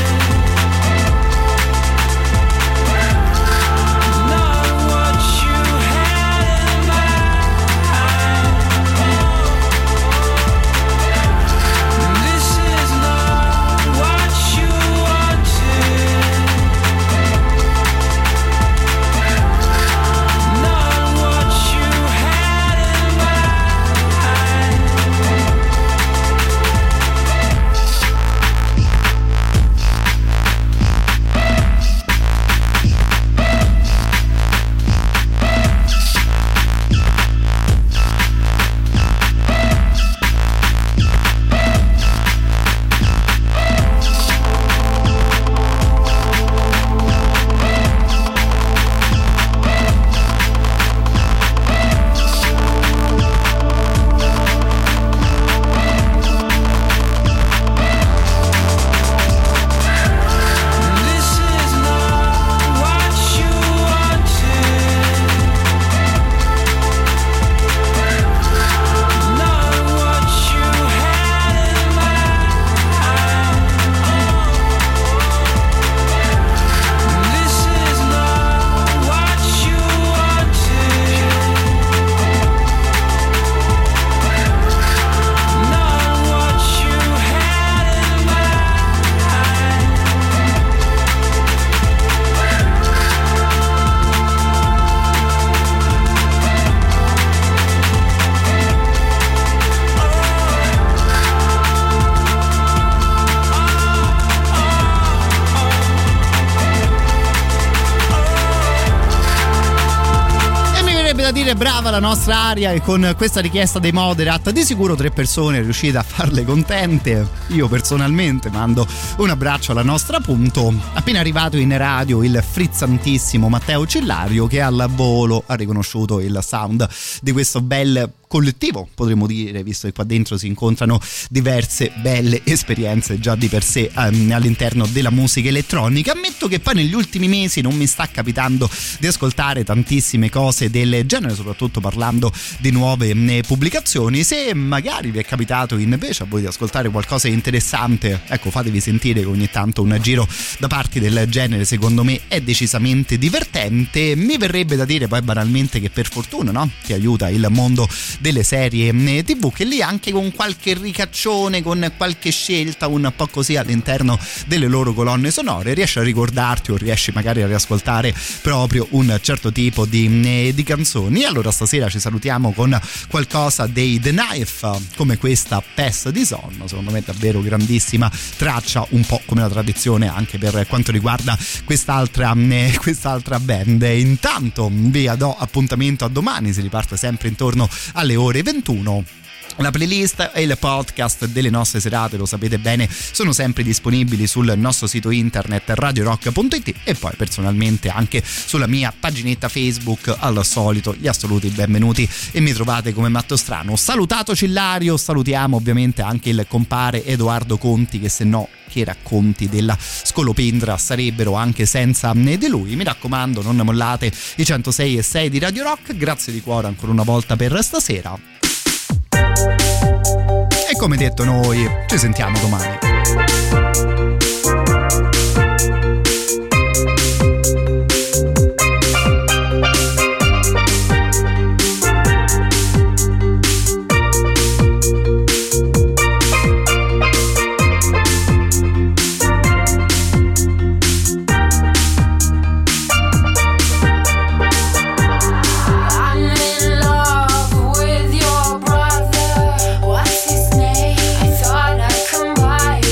Speaker 5: not what you had in mind. This is not what you wanted, not what you had in mind. This is not what you wanted, not what you had in mind. This is not what you wanted, not what you had in mind.
Speaker 3: E mi verrebbe da dire brava la nostra Aria, e con questa richiesta dei Moderat di sicuro 3 persone riuscite a farle contente. Io personalmente mando un abbraccio alla nostra Punto, appena arrivato in radio il frizzantissimo Matteo Cillario, che al volo ha riconosciuto il sound di questo bel collettivo, potremmo dire, visto che qua dentro si incontrano diverse belle esperienze già di per sé all'interno della musica elettronica. Ammetto che poi negli ultimi mesi non mi sta capitando di ascoltare tantissime cose del genere, soprattutto parlando di nuove pubblicazioni. Se magari vi è capitato invece a voi di ascoltare qualcosa di interessante, ecco, fatevi sentire che ogni tanto un giro da parti del genere secondo me è decisamente divertente. Mi verrebbe da dire poi banalmente che per fortuna, no? Ti aiuta il mondo delle serie TV, che lì anche con qualche ricaccione, con qualche scelta un po' così all'interno delle loro colonne sonore riesci a ricordarti o riesci magari a riascoltare proprio un certo tipo di canzoni. E allora stasera ci salutiamo con qualcosa dei The Knife, come questa Pass the Son, secondo me davvero grandissima traccia, un po' come la tradizione anche per quanto riguarda quest'altra band. Intanto vi do appuntamento a domani, si riparte sempre intorno alle ore 21. La playlist e il podcast delle nostre serate, lo sapete bene, sono sempre disponibili sul nostro sito internet radiorock.it e poi personalmente anche sulla mia paginetta Facebook. Al solito gli assoluti benvenuti e mi trovate come Matto Strano. Salutato Cillario, salutiamo ovviamente anche il compare Edoardo Conti, che se no che racconti della scolopendra sarebbero anche senza di lui. Mi raccomando, non mollate i 106.6 di Radio Rock. Grazie di cuore ancora una volta per stasera. E come detto, noi ci sentiamo domani.
Speaker 20: What's his name? I thought I'd come by.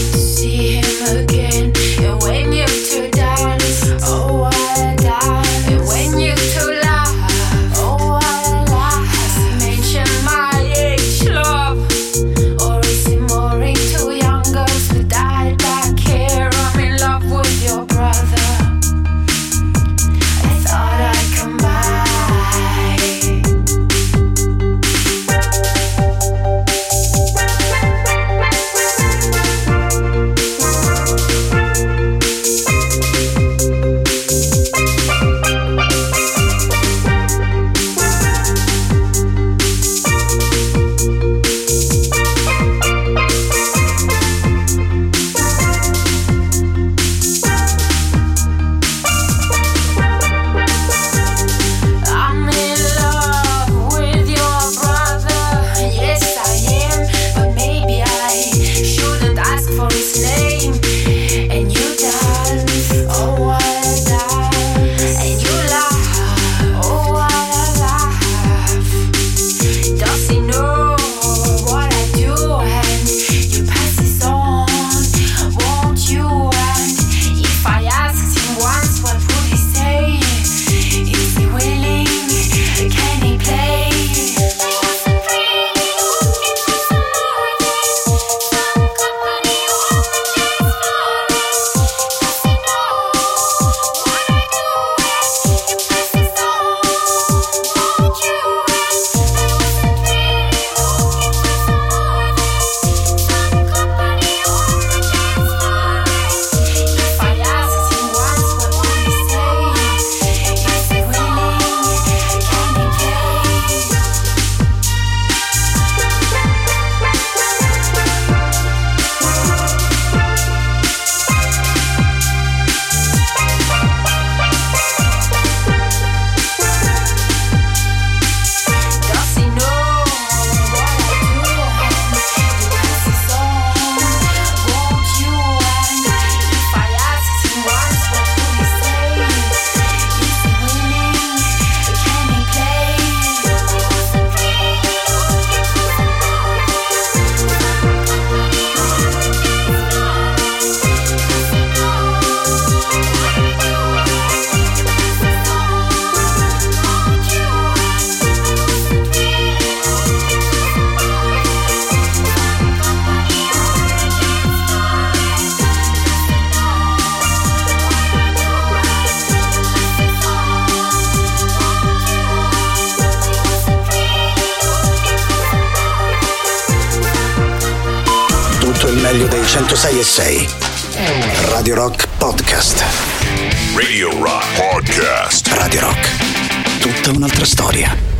Speaker 1: meglio dei 106.6. Radio Rock Podcast.
Speaker 2: Radio Rock Podcast.
Speaker 1: Radio Rock. Tutta un'altra storia.